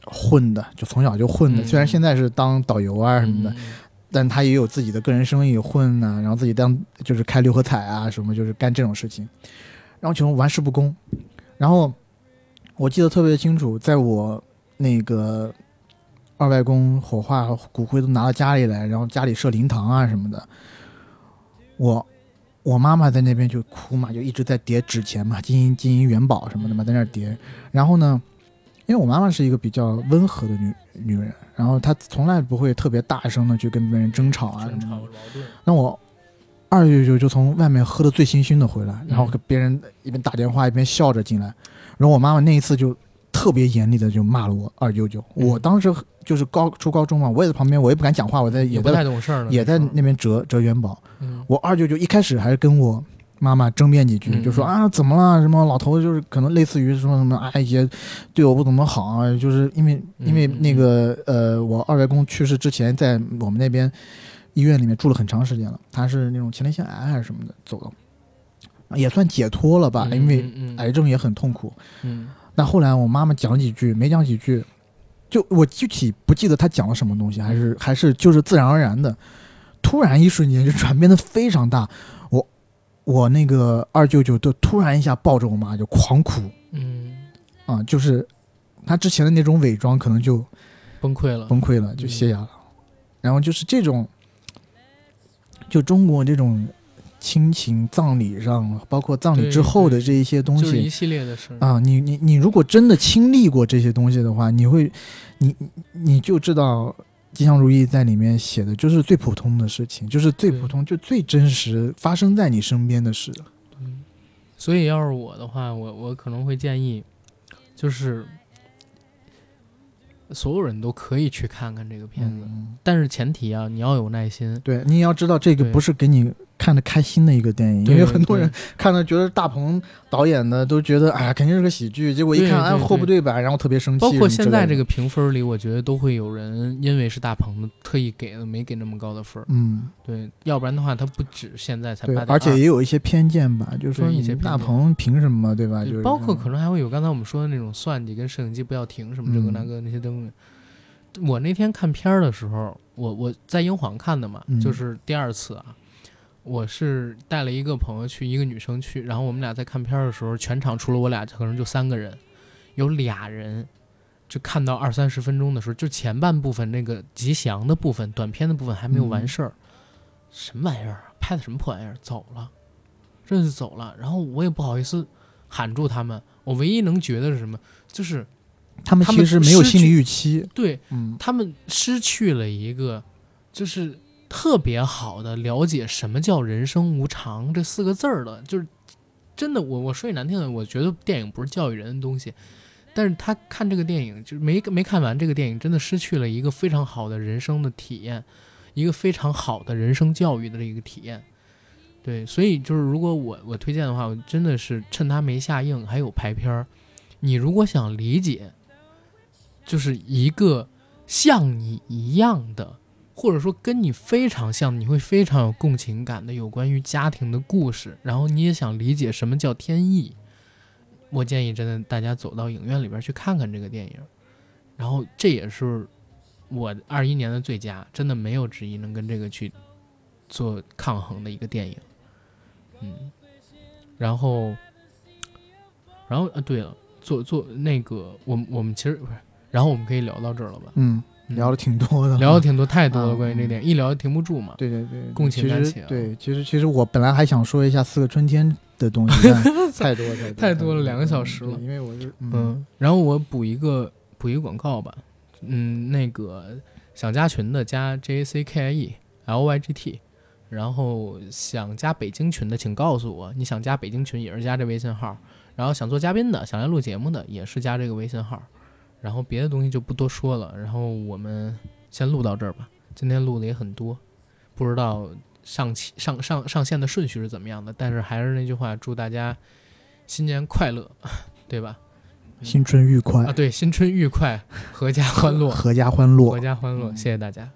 混的，就从小就混的，虽然现在是当导游啊什么的，但他也有自己的个人生意混啊，然后自己就是开六合彩啊什么，就是干这种事情，然后其中玩世不恭。然后我记得特别清楚，在我那个二外公火化骨灰都拿到家里来，然后家里设灵堂啊什么的，我妈妈在那边就哭嘛，就一直在叠纸钱嘛，金银元宝什么的嘛，在那叠。然后呢，因为我妈妈是一个比较温和的女人，然后她从来不会特别大声的去跟别人争吵啊什么的。那我二舅舅就从外面喝得醉醺醺的回来，然后给别人一边打电话一边笑着进来，然后我妈妈那一次就特别严厉的就骂了我二舅舅。我当时就是初高中嘛，我也在旁边，我也不敢讲话，也不太懂事儿， 也在那边折元宝。我二舅舅一开始还是跟我妈妈争辩几句，就说啊怎么了，什么老头就是可能类似于说什么哎也对我不怎么好啊，就是因为那个我二外公去世之前在我们那边医院里面住了很长时间了，他是那种前列腺癌还是什么的走的，也算解脱了吧，因为癌症也很痛苦。但后来我妈妈讲几句没讲几句，就我具体不记得她讲了什么东西，还是就是自然而然的，突然一瞬间就转变得非常大。我那个二舅舅就突然一下抱着我妈就狂哭，就是他之前的那种伪装可能就崩溃了，就泄哑了。然后就是这种，就中国这种亲情葬礼上，包括葬礼之后的这一些东西， 就是一系列的事啊。你如果真的经历过这些东西的话，你就知道。吉祥如意在里面写的就是最普通的事情，就是最普通就最真实发生在你身边的事。 所以要是我的话，我可能会建议就是所有人都可以去看看这个片子，但是前提啊，你要有耐心。 对，你要知道这个不是给你看得开心的一个电影，因为很多人看了觉得大鹏导演的都觉得哎呀肯定是个喜剧，结果一看哎货不对版，然后特别生气。 包括现在这个评分里，我觉得都会有人因为是大鹏的特意没给那么高的分。对，要不然的话他不止现在才8.2， 而且也有一些偏见吧，就是说你大鹏凭什么对吧？就是包括可能还会有刚才我们说的那种算计跟摄影机不要停什么这个那个那些东西。我那天看片的时候，我在英皇看的嘛，就是第二次啊。我是带了一个朋友去，一个女生去，然后我们俩在看片的时候，全场除了我俩可能就3个人，有2人就看到20-30分钟的时候，就前半部分那个吉祥的部分短片的部分还没有完事儿，什么玩意儿拍的什么破玩意儿，走了，真是走了。然后我也不好意思喊住他们，我唯一能觉得是什么，就是他们其实没有心理预期， 对，他们失去了一个就是特别好的了解什么叫人生无常这4个字的，就是真的我说句难听的，我觉得电影不是教育人的东西，但是他看这个电影就是没看完这个电影，真的失去了一个非常好的人生的体验，一个非常好的人生教育的一个体验。对，所以就是如果我推荐的话，我真的是趁他没下映还有排片，你如果想理解就是一个像你一样的或者说跟你非常像，你会非常有共情感的有关于家庭的故事，然后你也想理解什么叫天意，我建议真的大家走到影院里边去看看这个电影，然后这也是我21年的最佳，真的没有之一能跟这个去做抗衡的一个电影。然后对了，做那个我们其实不是，然后我们可以聊到这儿了吧？ 聊了挺多的， 聊了挺多，太多了。关于这点，一聊就停不住嘛。 对对对， 共情感起。 对，其实我本来还想说一下4个春天的东西，太多了 ，2个小时了。 因为我是然后我补一个广告吧。那个想加群的加 JACKIE LYGT， 然后想加北京群的请告诉我，你想加北京群也是加这微信号，然后想做嘉宾的想来录节目的也是加这个微信号。然后别的东西就不多说了，然后我们先录到这儿吧。今天录的也很多，不知道上线的顺序是怎么样的，但是还是那句话，祝大家新年快乐，对吧？ 新春愉快啊，对，新春愉快，阖家欢乐， 阖家欢乐， 谢谢大家。